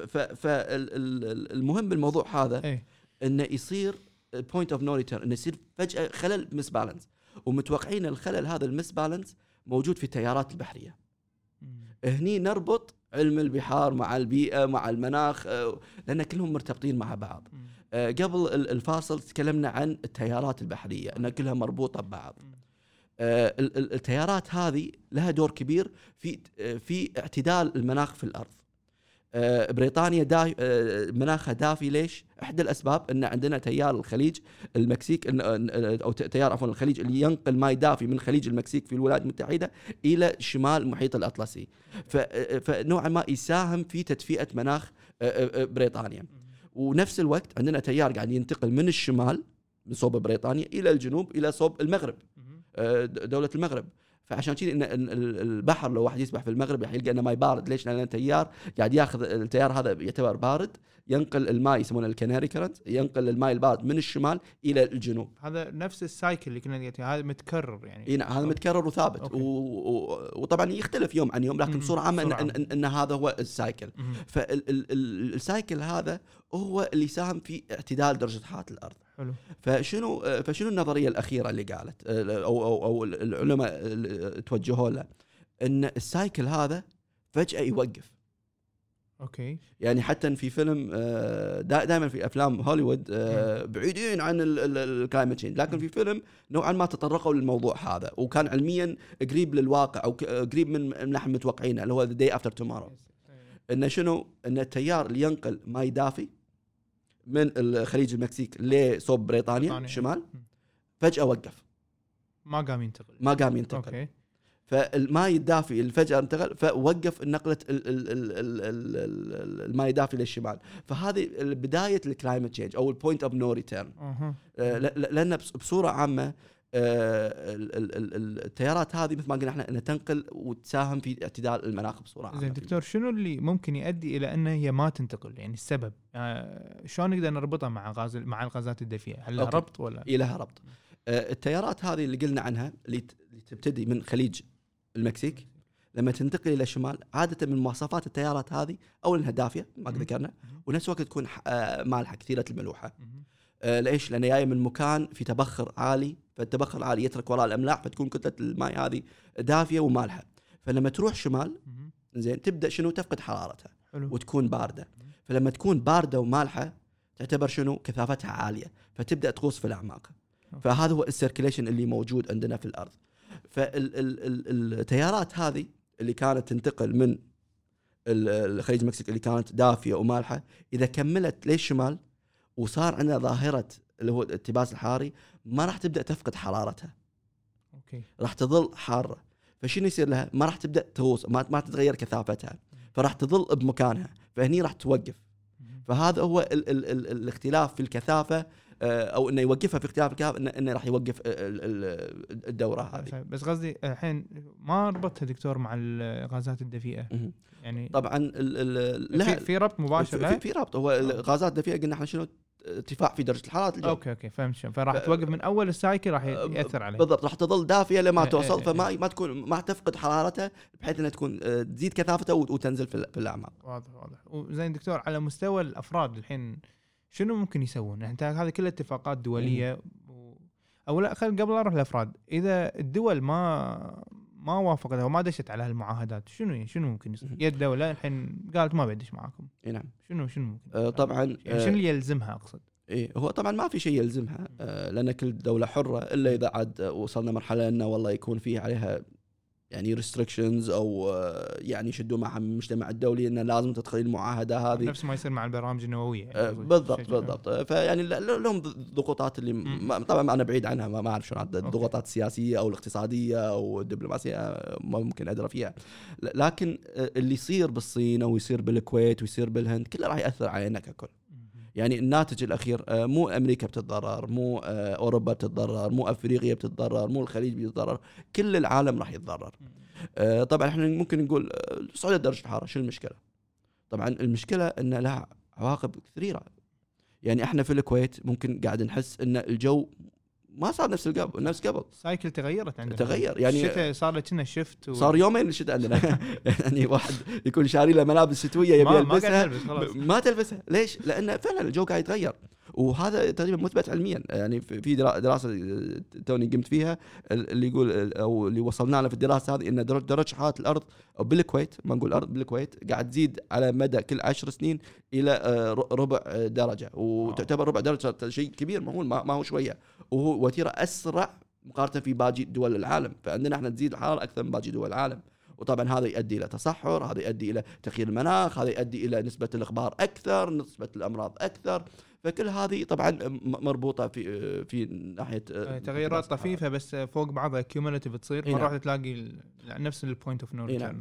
فالمهم بالموضوع هذا انه يصير بوينت اوف نو ريتيرن، انه يصير فجاه خلل مس بالانس، ومتوقعين الخلل هذا المس بالانس موجود في التيارات البحريه. هني نربط علم البحار مع البيئه مع المناخ، لان كلهم مرتبطين مع بعض. قبل الفاصل تكلمنا عن التيارات البحريه ان كلها مربوطه ببعض. التيارات هذه لها دور كبير في اعتدال المناخ في الارض. بريطانيا مناخها دافي. ليش؟ احدى الاسباب ان عندنا تيار الخليج المكسيك، او تيار الخليج اللي ينقل ماء دافي من خليج المكسيك في الولايات المتحده الى شمال المحيط الاطلسي، فنوعا ما يساهم في تدفئه مناخ بريطانيا. ونفس الوقت عندنا تيار قاعد ينتقل من الشمال من صوب بريطانيا الى الجنوب الى صوب المغرب، دوله المغرب. فعشان كذا ان البحر لو واحد يسبح في المغرب راح يلقى انه ماء بارد. ليش؟ لان التيار قاعد ياخذ، التيار هذا يعتبر بارد، ينقل الماء، يسمونه الكناري كرنت، ينقل الماء البارد من الشمال الى الجنوب. هذا نفس السايكل اللي كنا نقول، هذا متكرر يعني. نعم، هذا متكرر وثابت. وطبعا يختلف يوم عن يوم، لكن بصوره عامه ان هذا هو السايكل. فالسايكل هذا هو اللي ساهم في اعتدال درجه حراره الارض. حلو. فشنو النظريه الاخيره اللي قالت او العلماء توجهوا له؟ ان السايكل هذا فجاه يوقف. اوكي. يعني حتى في فيلم دائما في افلام هوليوود بعيدين عن الكلايمت تشينج، لكن في فيلم نوعا ما تطرقوا للموضوع هذا وكان علميا قريب للواقع او قريب من نحن متوقعينه، اللي هو The Day After Tomorrow. ان شنو؟ ان التيار اللي ينقل ماء دافي من الخليج المكسيك لصوب بريطانيا شمال فجأة وقف، ما قام ينتقل. اوكي. فالماء الدافئ اللي فجأة انتقل فوقف نقلة الماء الدافئ للشمال. فهذه بداية الكلايمت تشينج أو البوينت أوف نو ريتيرن. لأن بصورة عامة التيارات هذه مثل ما قلنا احنا انها تنقل وتساهم في اعتدال المناخ بصورة عامة. زين دكتور، شنو اللي ممكن يؤدي إلى أن هي ما تنتقل؟ يعني السبب شلون نقدر نربطها مع الغازات الدفيئة؟ هل لها ربط ولا؟ لها ربط. التيارات هذه اللي قلنا عنها اللي تبتدي من خليج المكسيك لما تنتقل إلى الشمال، عادة من مواصفات التيارات هذه أولا أنها دافية ما ذكرنا، ونفس الوقت تكون مالحة كثيرة الملوحة. ليش؟ لأنها جاية من مكان في تبخر عالي، فالتبخر العالي يترك وراء الأملاح، فتكون كتلة الماء هذه دافية ومالحة. فلما تروح شمال زين تبدأ شنو؟ تفقد حرارتها وتكون باردة. فلما تكون باردة ومالحة تعتبر شنو؟ كثافتها عالية، فتبدأ تغوص في الأعماق. فهذا هو السيركيليشن اللي موجود عندنا في الأرض. فالتيارات هذه اللي كانت تنتقل من الخليج المكسيك اللي كانت دافية ومالحة، إذا كملت للشمال وصار عندنا ظاهرة اللي هو الاتباس الحراري، ما راح تبدأ تفقد حرارتها. راح تظل حارة. فشنو يصير لها؟ ما راح تبدأ تغوص، ما تتغير كثافتها، فراح تظل بمكانها، فهني راح توقف. فهذا هو الاختلاف في الكثافة، او انه يوقفها في اختلاف الكثافه، انه راح يوقف الدوره هذه. بس قصدي الحين ما ربطها دكتور مع الغازات الدفيئه يعني. طبعا في ربط مباشر. في ربط. هو الغازات الدفيئه قلنا احنا شنو؟ ارتفاع في درجه الحراره الجو. اوكي فهمت. فراح توقف من اول السايكل، راح ياثر عليه بالضبط. راح تظل دافيه لما توصل، فما ما تكون ما تفقد حرارتها بحيث انها تكون تزيد كثافتها وتنزل في الاعماق. واضح. وزين دكتور، على مستوى الافراد الحين شنو ممكن يسوون؟ انت هذه كلها اتفاقات دوليه او لا، خل قبل اروح الافراد، اذا الدول ما وافقتها وما دشت على هالمعاهدات، شنو ممكن يصير؟ يا الدوله الحين قالت ما بدش معاكم، نعم، شنو ممكن؟ طبعا يعني شنو اللي يلزمها اقصد؟ هو طبعا ما في شيء يلزمها، لان كل دوله حره، الا اذا عاد وصلنا مرحله انه والله يكون فيه عليها يعني restrictions او يعني يشدوا معها من المجتمع الدولي انه لازم تدخل المعاهده هذه، نفس ما يصير مع البرامج النوويه يعني. بالضبط. فيعني لهم ضغوطات اللي طبعا انا بعيد عنها، ما اعرف شنو الضغوطات السياسيه او الاقتصاديه او الدبلوماسيه، ما ممكن ادري فيها. لكن اللي يصير بالصين او يصير بالكويت ويصير بالهند كله راح ياثر علينا ككل. يعني الناتج الأخير مو أمريكا بتتضرر، مو أوروبا بتتضرر، مو أفريقيا بتتضرر، مو الخليج بيتضرر، كل العالم راح يتضرر. طبعا احنا ممكن نقول صعود درجة الحرارة شو المشكلة؟ طبعا المشكلة أن لها عواقب كثيرة. يعني احنا في الكويت ممكن قاعد نحس أن الجو ما صار نفس قبل. سايكل تغيرت عندنا. تغير يعني الشتاء صار له كنا شفت صار يومين الشتاء عندنا. يعني واحد يكون شاري له ملابس شتويه يبي يلبسها ما تلبسها. ليش؟ لأن فعلا الجو قاعد يتغير، وهذا تقريبا مثبت علميا. يعني في دراسة توني قمت فيها اللي يقول أو اللي وصلنا له في الدراسة هذه إن درجة حرارة الأرض بالكويت، ما نقول الأرض، بالكويت قاعد تزيد على مدى كل 10 سنين إلى ربع درجة، وتعتبر ربع درجة شيء كبير مهول، ما هو شوية، وهو وتيرة أسرع مقارنة في باقي دول العالم. فعندنا احنا تزيد الحرارة أكثر من باقي دول العالم، وطبعا هذا يؤدي إلى تصحر، هذا يؤدي إلى تغيير المناخ، هذا يؤدي إلى نسبة الإخبار أكثر، نسبة الأمراض أكثر. فكل هذه طبعا مربوطة في ناحية تغيرات طفيفة بس فوق بعضها كيومولاتيف تصير، مرة واحدة تلاقي نفس البوينت اوف نو ريتيرن.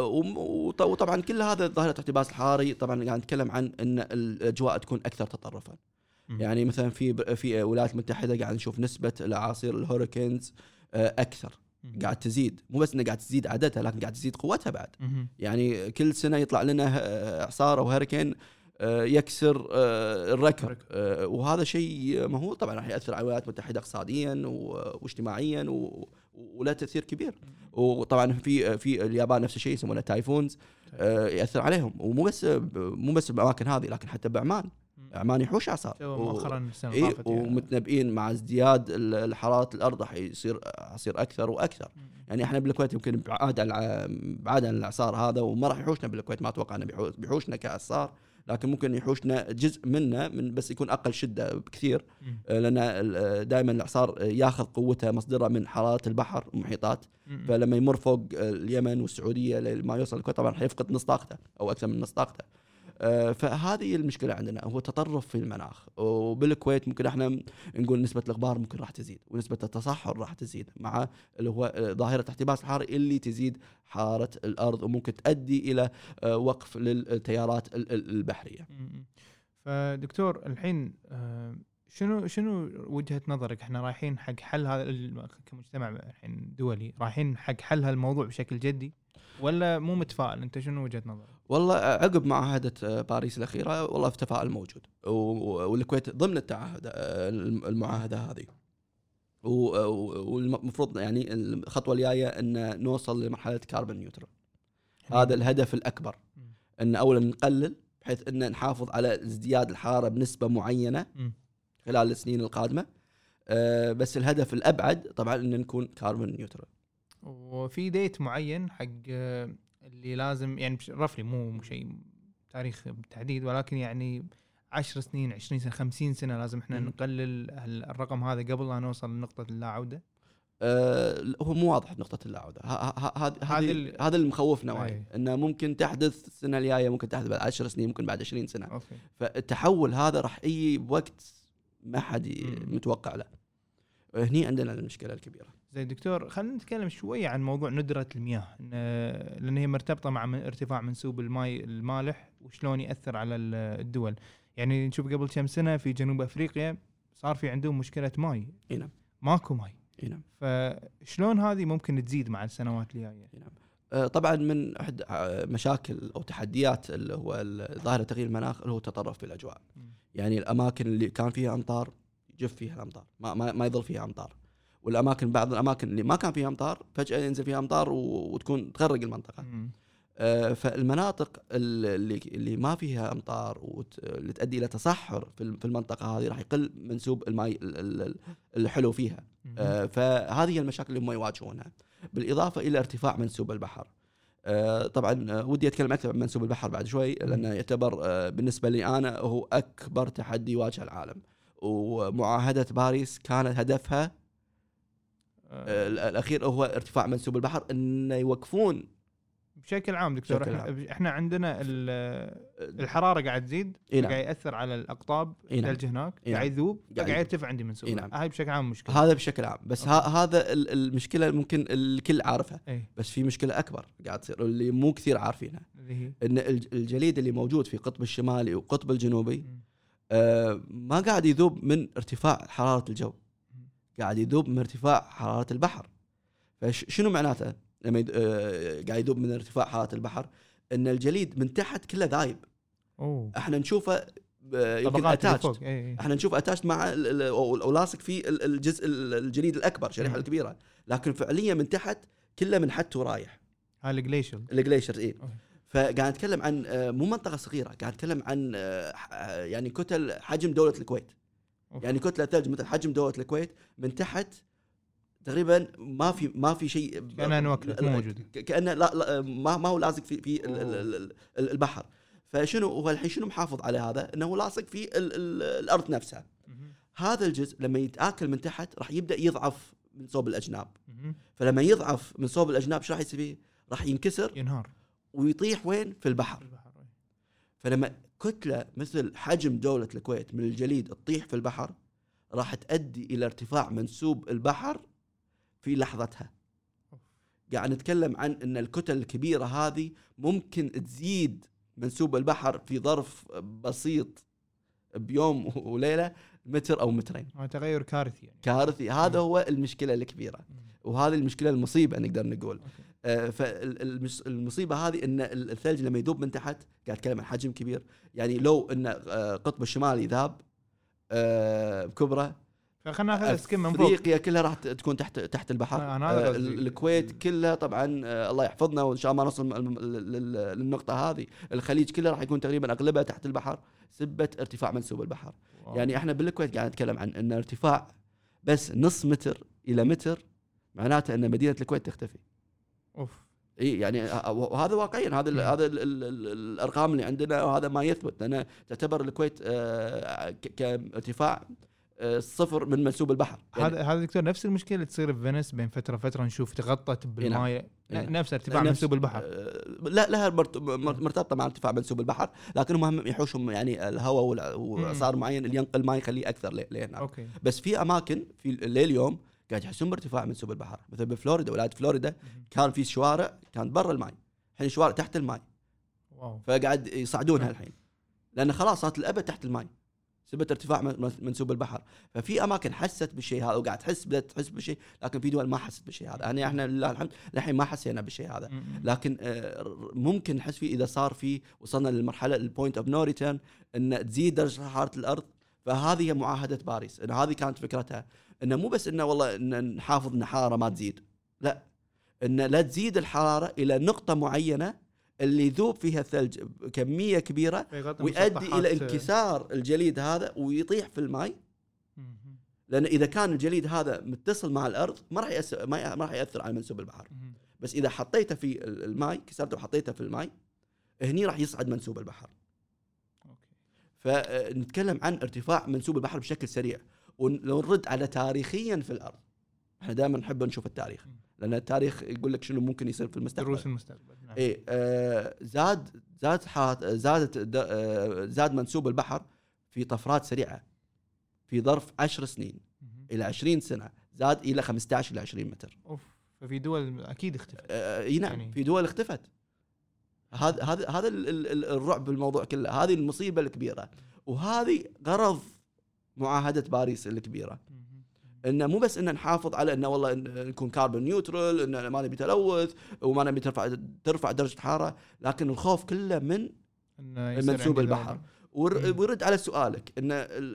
وطبعا كل هذا ظاهرة الاحتباس الحراري طبعا قاعد نتكلم عن ان الاجواء تكون اكثر تطرفا. يعني مثلا في الولايات المتحدة قاعد نشوف نسبة الاعاصير الهوريكينز اكثر، قاعد تزيد، مو بس انها قاعد تزيد عددها لكن قاعد تزيد قوتها بعد. يعني كل سنة يطلع لنا اعصار او هوريكين يكسر الركب، وهذا شيء مهول طبعا راح يأثر على الولايات المتحدة اقتصاديا واجتماعيا ولا تأثير كبير. وطبعا في اليابان نفس الشيء يسمونه تايفونز، يأثر عليهم، ومو بس بالأماكن هذه لكن حتى بعمان يحوش اعصار مؤخرا ومتنبئين مع ازدياد الحرارة الأرض راح يصير أكثر وأكثر. يعني احنا بالكويت يمكن بعاد عن الإعصار هذا وما راح يحوشنا بالكويت، ما أتوقع أنه بيحوشنا كإعصار، لكن ممكن يحوشنا جزء منه من بس يكون أقل شدة بكثير، لأن دائما الإعصار ياخذ قوته مصدره من حرارة البحر والمحيطات. فلما يمر فوق اليمن والسعودية لما يوصل الكويت طبعا حيفقد نص طاقته أو أكثر من نص طاقته. فهذه المشكله عندنا، هو تطرف في المناخ. وبالكويت ممكن احنا نقول نسبه الغبار ممكن راح تزيد، ونسبه التصحر راح تزيد مع اللي هو ظاهره احتباس الحراري اللي تزيد حراره الارض، وممكن تؤدي الى وقف للتيارات البحريه. فدكتور الحين شنو وجهة نظرك؟ احنا رايحين حق حل هذا كمجتمع الحين دولي، رايحين حق حل هالموضوع بشكل جدي ولا مو متفائل؟ انت شنو وجهة نظرك؟ والله عقب معاهدة باريس الأخيرة والله في تفاؤل موجود، والكويت ضمن المعاهدة هذه، والمفروض يعني الخطوة الجاية أن نوصل لمرحلة كاربون نيوترال. هذا الهدف الأكبر، أن أولا نقلل بحيث أن نحافظ على ازدياد الحرارة بنسبة معينة خلال السنين القادمة. بس الهدف الأبعد طبعا أن نكون كاربون نيوترال. وفي ديت معين حق اللي لازم يعني رفلي مو شيء تاريخ بالتحديد، ولكن يعني 10 سنين 20 سنة 50 سنة لازم احنا نقلل الرقم هذا قبل لا نوصل لنقطة اللا عودة. هو مو واضح نقطة اللا عودة. هذا اللي مخوفنا وايد، انه ممكن تحدث السنة الجاية، ممكن تحدث بعد 10 سنين، ممكن بعد 20 سنة. أوكي. فالتحول هذا راح يجي بوقت ما حد متوقع له. هني عندنا المشكلة الكبيرة. زي دكتور، خلينا نتكلم شوية عن موضوع ندرة المياه، لأن هي مرتبطة مع ارتفاع منسوب الماء المالح وشلون يأثر على الدول. يعني نشوف قبل كم سنة في جنوب أفريقيا صار في عندهم مشكلة ماء. نعم. ماكو ماء. نعم. فشلون هذه ممكن تزيد مع السنوات الجاية؟ نعم. طبعا من أحد مشاكل أو تحديات اللي هو ظاهرة تغيير المناخ اللي هو التطرف في الأجواء. يعني الأماكن اللي كان فيها أمطار يجف فيها الأمطار، ما يظل فيها أمطار. والأماكن بعض الأماكن اللي ما كان فيها أمطار فجأة ينزل فيها أمطار وتكون تغرق المنطقة. فالمناطق اللي ما فيها أمطار واللي تؤدي إلى تصحر في المنطقة هذه راح يقل منسوب الماء الحلو فيها. فهذه المشاكل اللي هم يواجهونها، بالإضافة إلى ارتفاع منسوب البحر. طبعا ودي أتكلم أكثر عن منسوب البحر بعد شوي، لأنه يعتبر بالنسبة لي أنا هو أكبر تحدي يواجه العالم. ومعاهدة باريس كانت هدفها الأخير هو ارتفاع منسوب البحر، إنه يوقفون بشكل عام. دكتور احنا عندنا الحرارة قاعد تزيد، قاعد يأثر على الأقطاب، الثلج هناك قاعد يذوب، قاعد يرتفع عندي منسوب. هاي بشكل عام مشكلة. هذا بشكل عام، بس هذا المشكلة ممكن الكل عارفها. بس في مشكلة أكبر قاعد تصير اللي مو كثير عارفينها، إن الجليد اللي موجود في قطب الشمالي وقطب الجنوبي ما قاعد يذوب من ارتفاع حرارة الجو، قاعد يذوب من ارتفاع حرارة البحر. فشنو معناته لما قاعد يذوب من ارتفاع حرارة البحر؟ ان الجليد من تحت كله ذايب. احنا نشوفه يمكن اتاچت، احنا نشوف اتاچت مع او لاصق في الجزء الجليد الاكبر، الشريحه الكبيره، لكن فعليا من تحت كله من حت ورايح. الجليشر ايه. فقاعد نتكلم عن مو منطقه صغيره، قاعد نتكلم عن يعني كتل حجم دوله الكويت. يعني كتله ثلج مثل حجم دوله الكويت من تحت تقريبا ما في شيء، كأنه نوكلت موجود، كأنه لا ما هو لازق في البحر. فشنو هو الحين شنو محافظ على هذا؟ انه لاصق في الارض نفسها. هذا الجزء لما يتآكل من تحت راح يبدأ يضعف من صوب الاجناب. فلما يضعف من صوب الاجناب شو راح يصير؟ راح ينكسر، ينهار ويطيح وين؟ في البحر. فلما كتلة مثل حجم دولة الكويت من الجليد تطيح في البحر راح تؤدي إلى ارتفاع منسوب البحر في لحظتها. قاعد نتكلم عن أن الكتل الكبيرة هذه ممكن تزيد منسوب البحر في ظرف بسيط بيوم وليلة متر أو مترين. تغير كارثي يعني. كارثي. هذا هو المشكلة الكبيرة، وهذه المشكلة المصيبة نقدر نقول. فالمصيبة هذه أن الثلج لما يذوب من تحت، قاعد أتكلم عن حجم كبير. يعني لو أن قطب الشمالي ذاب بكبره، فخلنا ناخذ سكيم من فوق، افريقيا كلها راح تكون تحت البحر. الكويت كلها طبعا الله يحفظنا وان شاء الله ما نصل للنقطه هذه. الخليج كله راح يكون تقريبا اغلبها تحت البحر سبه ارتفاع منسوب البحر. يعني احنا بالكويت قاعد نتكلم عن ان ارتفاع بس نص متر الى متر معناته ان مدينه الكويت تختفي. اي يعني وهذا واقعيا، هذا الارقام اللي عندنا، وهذا ما يثبت. لان تعتبر الكويت كارتفاع صفر من منسوب البحر. يعني هذا دكتور نفس المشكله اللي تصير في فينيس بين فتره نشوف تغطت بالماء، نفس ارتفاع منسوب البحر. لا لها مرتبطه مع ارتفاع منسوب البحر، لكن هم يحوشهم يعني الهواء وصار معين اللي ينقل ماء يخليه اكثر لهنا. بس في اماكن في اليوم قاعد يحسون بارتفاع منسوب البحر، مثل بفلوريدا، ولايه فلوريدا كان في شوارع كانت برا الماء، الحين شوارع تحت الماء. فقاعد يصعدونها الحين لان خلاص صارت الابد تحت الماء سبب ارتفاع منسوب البحر. ففي اماكن حست بالشيء هذا وقاعد بدات تحس بالشيء، لكن في دول ما حست بالشيء هذا. يعني احنا لله الحمد الحين ما حسينا بالشيء هذا، لكن ممكن نحس فيه اذا صار فيه وصلنا للمرحله البوينت اوف نو ريتيرن ان تزيد درجه حراره الارض. فهذه هي معاهده باريس، ان هذه كانت فكرتها، انه مو بس انه والله ان نحافظ ان الحراره ما تزيد، لا، ان لا تزيد الحراره الى نقطه معينه اللي يذوب فيها الثلج كمية كبيرة ويؤدي إلى انكسار الجليد هذا ويطيح في الماء. لأن إذا كان الجليد هذا متصل مع الأرض ما راح يأثر على منسوب البحر. بس إذا حطيته في الماء، كسرته وحطيته في الماء، هني راح يصعد منسوب البحر. فنتكلم عن ارتفاع منسوب البحر بشكل سريع. ولو نرد على تاريخيا في الأرض، احنا دائما نحب نشوف التاريخ، لأن التاريخ يقول لك شنو ممكن يصير في المستقبل. دروس المستقبل. نعم. إيه زاد منسوب البحر في طفرات سريعة في ظرف 10 سنين إلى 20 سنة، زاد إلى 15 إلى 20 متر. ففي دول أكيد اختفت. نعم يعني في دول اختفت. هذا الرعب بالموضوع كله، هذه المصيبة الكبيرة، وهذه غرض معاهدة باريس الكبيرة. إنه مو بس إن نحافظ على إنه والله نكون كاربون نيوترال، إن ما نبي تلوث وما نبي ترفع درجة الحرارة، لكن الخوف كله من منسوب البحر. ورد على سؤالك إن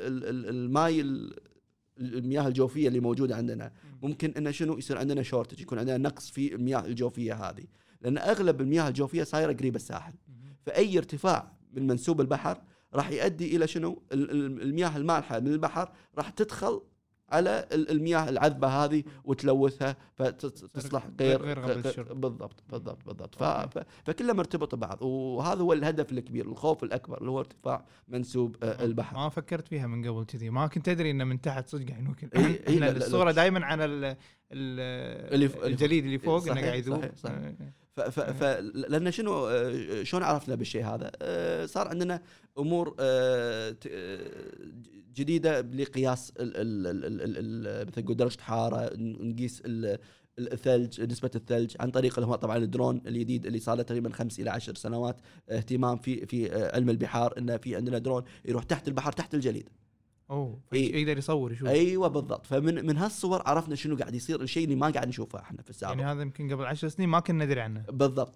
المياه الجوفية اللي موجودة عندنا ممكن إنه شنو يصير عندنا شورتج، يكون عندنا نقص في المياه الجوفية هذه، لأن أغلب المياه الجوفية صايرة قريب الساحل. فأي ارتفاع من منسوب البحر راح يؤدي إلى شنو؟ المياه المالحة من البحر راح تدخل على المياه العذبة هذه وتلوثها فتصلح غير بالضبط. فكله مرتبط ببعض، وهذا هو الهدف الكبير، الخوف الأكبر اللي هو ارتفاع منسوب البحر. ما فكرت فيها من قبل كذي، ما كنت أدري إن من تحت صدق يعني ممكن. الصورة دائما عن الجليد اللي فوق انه قاعد يذوب. لأن شلون عرفنا بالشيء هذا؟ صار عندنا أمور جديدة لقياس مثل درجة حرارة، نقيس الثلج، نسبة الثلج عن طريق اللي هو طبعا الدرون الجديد اللي صار له تقريبا 5 إلى 10 سنوات اهتمام في علم البحار، إن في عندنا درون يروح تحت البحر تحت الجليد. يقدر يصور يشوف. ايوه بالضبط. فمن هالصور عرفنا شنو قاعد يصير، الشيء اللي ما قاعد نشوفه احنا في السابق. يعني هذا يمكن قبل 10 سنين ما كنا ندري عنه. بالضبط.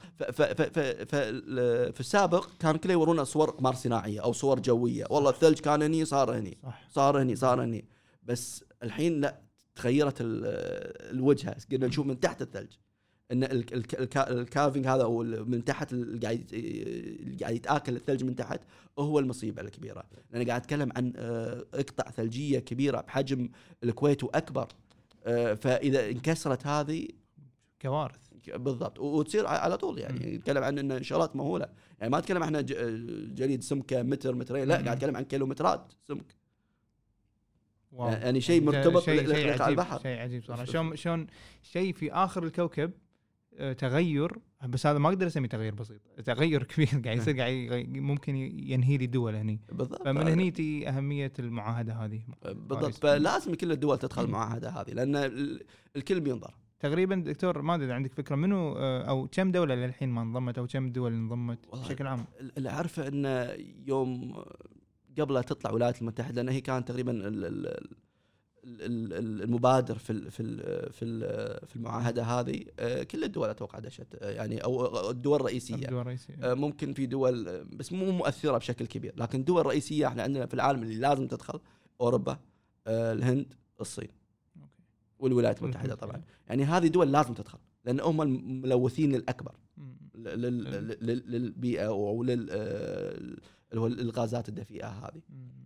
في السابق كان كله يورونا صور اقمار صناعيه او صور جويه، والله الثلج كان هني صار هني، صار هني. بس الحين لا، تغيرت الوجهه، قلنا نشوف من تحت الثلج ان الكارفينج هذا او من تحت اللي قاعد يتاكل الثلج من تحت هو المصيبه الكبيره. لان قاعد اتكلم عن قطع ثلجيه كبيره بحجم الكويت واكبر، فاذا انكسرت هذه كوارث. بالضبط، وتصير على طول. يعني نتكلم عن ان شغلات مهوله، يعني ما نتكلم احنا جليد سمكه متر مترين، لا، قاعد اتكلم عن كيلومترات سمك. يعني شيء مرتبط على البحر. شيء عجيب صراحه. شلون شيء في اخر الكوكب تغير، بس هذا ما اقدر اسميه تغير بسيط، تغير كبير قاعد يصير، قاعد ممكن ينهي لي الدول هني. بالضبط. فمن هني تي اهميه المعاهده هذه. بالضبط. فلازم كل الدول تدخل المعاهده هذه، لان الكل بينظر. تقريبا دكتور، ما ادري عندك فكره منو او كم دوله للحين ما انضمت، او كم دول انضمت بشكل عام؟ اللي اعرفه ان يوم قبل تطلع الولايات المتحده، لان هي كانت تقريبا المبادر في المعاهده هذه، كل الدول اتوقع دشت، يعني او الدول الرئيسيه. ممكن في دول بس مو مؤثره بشكل كبير، لكن دول رئيسيه احنا عندنا في العالم اللي لازم تدخل: اوروبا، الهند، الصين، والولايات المتحده طبعا. يعني هذه دول لازم تدخل، لان هم الملوثين الاكبر للبيئه او للغازات الدفيئه هذه.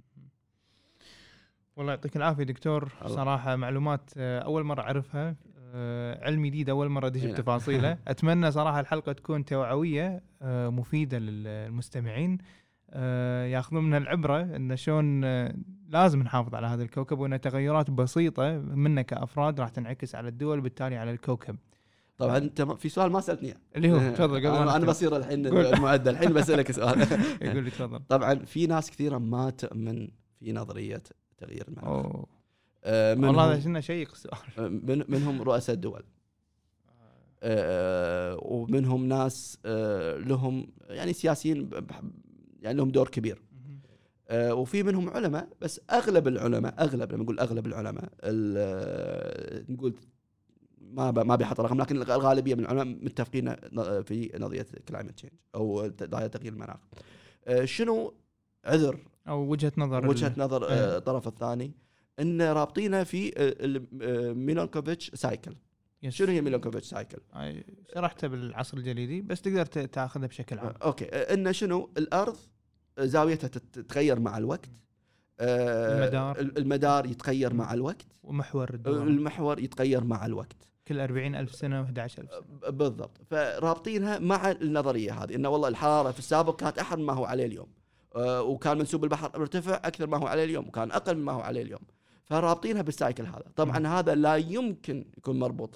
والله يعطيك العافية دكتور، صراحة معلومات أول مرة أعرفها، علم جديد أول مرة أدش بتفاصيله. أتمنى صراحة الحلقة تكون توعوية مفيدة للمستمعين. ياخذون من العبرة إن شلون لازم نحافظ على هذا الكوكب، وأن تغيرات بسيطة منا كأفراد راح تنعكس على الدول وبالتالي على الكوكب. طبعا انت في سؤال ما سالتني اللي هو تفضل. انا بصير الحين المعدل الحين بسالك سؤال. يقول لي تفضل. طبعا في ناس كثيره ما تؤمن في نظريه تغيير المناخ. والله هذا شنو شيق السؤال. منهم رؤساء الدول، ومنهم ناس لهم يعني سياسيين يعني لهم دور كبير، وفي منهم علماء. بس اغلب العلماء، لما نقول اغلب العلماء نقول ما بيحط رقم، لكن الغالبيه من العلماء متفقين في نظريه كلايمت تشينج او تغيير المناخ. شنو عذر او وجهه نظر الطرف الثاني؟ ان رابطينها في ميلانكوفيتش سايكل. شنو هي ميلانكوفيتش سايكل؟ شرحتها بالعصر الجليدي بس تقدر تاخذها بشكل عام. اوكي. ان شنو الارض زاويتها تتغير مع الوقت، المدار يتغير مع الوقت، ومحور المحور يتغير مع الوقت كل 40,000 سنة و11,000 سنة بالضبط. فرابطينها مع النظرية هذه، إنه والله الحرارة في السابق كانت أحد ما هو عليه اليوم، وكان منسوب البحر ارتفع أكثر ما هو عليه اليوم، وكان أقل مما هو عليه اليوم. فرابطينها بالسايكل هذا. طبعا هذا لا يمكن يكون مربوط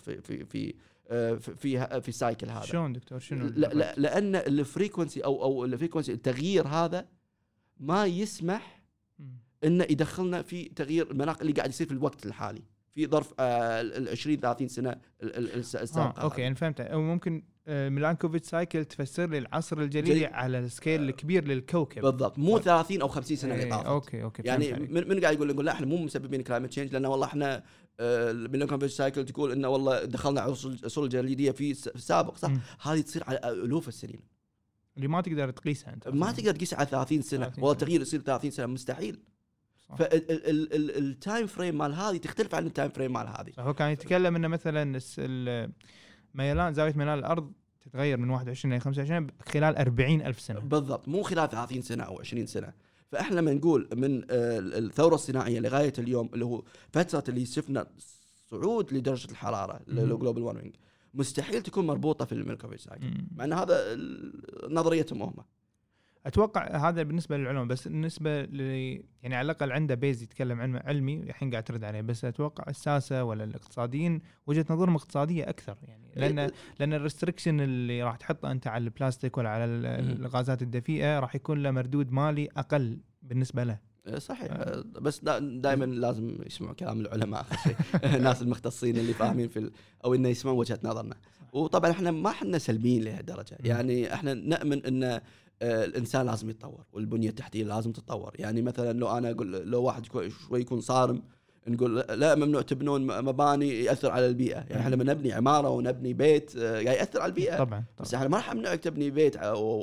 في السايكل هذا. شلون دكتور؟ شنو؟ لأن الفريكونسي أو الفريكونسي التغيير هذا ما يسمح إنه يدخلنا في تغيير المناخ اللي قاعد يصير في الوقت الحالي في ظرف 20-30 سنة السابقة. اوكي انا فهمت. او ممكن ميلانكوفيتش سايكل تفسر لي العصر الجليدي على السكيل الكبير للكوكب بالضبط، مو 30 أو 50 سنة اللي طافت. اوكي يعني من قاعد يقول لا احنا مو مسببين كلايمت تشينج، لأن والله احنا ميلانكوفيتش سايكل تقول إنه والله دخلنا عصور الجليدية في السابق، صح؟ هذه تصير على ألوف السنين اللي ما تقدر تقيسها أنت. ما تقدر تقيسها على 30 سنة. والله التغيير يصير 30 سنة مستحيل. فالتايم فريم مال هذه تختلف عن التايم فريم مال هذه. هو كان يتكلم انه مثلا ميلان زاويه ميلان الارض تتغير من 21 الى 25 خلال 40,000 سنه بالضبط، مو خلال 30 سنه او 20 سنه. فاحنا لما نقول من الثوره الصناعيه لغايه اليوم اللي هو فتره اللي شفنا صعود لدرجه الحراره الجلوبال وارمينج، مستحيل تكون مربوطه في الميلانكوفيتش سايكل، مع ان هذا نظريتهم هم. اتوقع هذا بالنسبه للعلوم، بس بالنسبه يعني على الاقل عنده بيز يتكلم عنه علمي الحين قاعد ترد عليه. بس اتوقع الساسه ولا الاقتصاديين وجهه نظرهم اقتصاديه اكثر، يعني لان الريستريكشن اللي راح تحطه انت على البلاستيك ولا على الغازات الدفيئه راح يكون له مردود مالي اقل بالنسبه له. صحيح. بس دائما لازم يسمعوا كلام العلماء اخر شيء الناس المختصين اللي فاهمين او انه يسمعون وجهه نظرنا. وطبعا احنا ما احنا سلبيين لهالدرجه، يعني احنا نؤمن ان الانسان لازم يتطور والبنيه التحتيه لازم تتطور. يعني مثلا لو انا اقول لو واحد شوي يكون صارم نقول لا ممنوع تبنون مباني ياثر على البيئه. يعني احنا لما نبني عماره ونبني بيت ياثر على البيئه طبعا. بس احنا ما راح نمنعك تبني بيت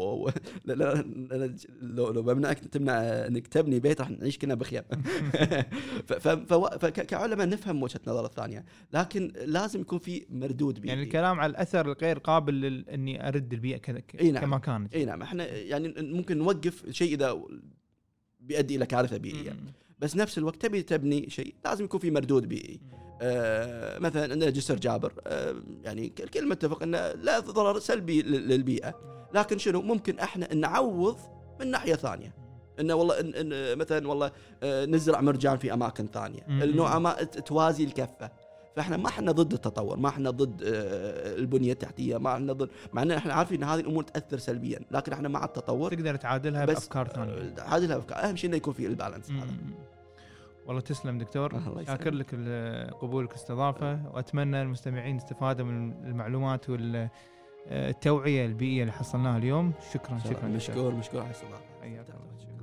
لو ممنعك تمنع انك تبني بيت راح نعيش كنا بخير. فكعلماء نفهم وجهه نظر الثانيه، لكن لازم يكون في مردود بيئي. يعني الكلام على الاثر الغير قابل اني ارد البيئه كما كانت. اي نعم. احنا يعني ممكن نوقف شيء اذا بيؤدي الى كارثه بيئيه، بس نفس الوقت تبني شيء لازم يكون في مردود بيئي. مثلا ان جسر جابر يعني الكل متفق انه لا ضرر سلبي للبيئه، لكن شنو ممكن احنا نعوض من ناحيه ثانيه. انه والله إن مثلا والله نزرع مرجان في اماكن ثانيه النوع ما توازي الكفه. فاحنا ما احنا ضد التطور، ما احنا ضد البنيه التحتيه، ما احنا ضد، مع ان احنا عارفين ان هذه الامور تاثر سلبيا، لكن احنا مع التطور تقدر تعادلها بافكار ثانيه. تعادلها بافكار، اهم شيء انه يكون في البالانس هذا. والله تسلم دكتور، شاكر لك قبولك الاستضافه، واتمنى المستمعين استفادوا من المعلومات والتوعيه البيئيه اللي حصلناها اليوم. شكرا. مشكور على الاستضافه.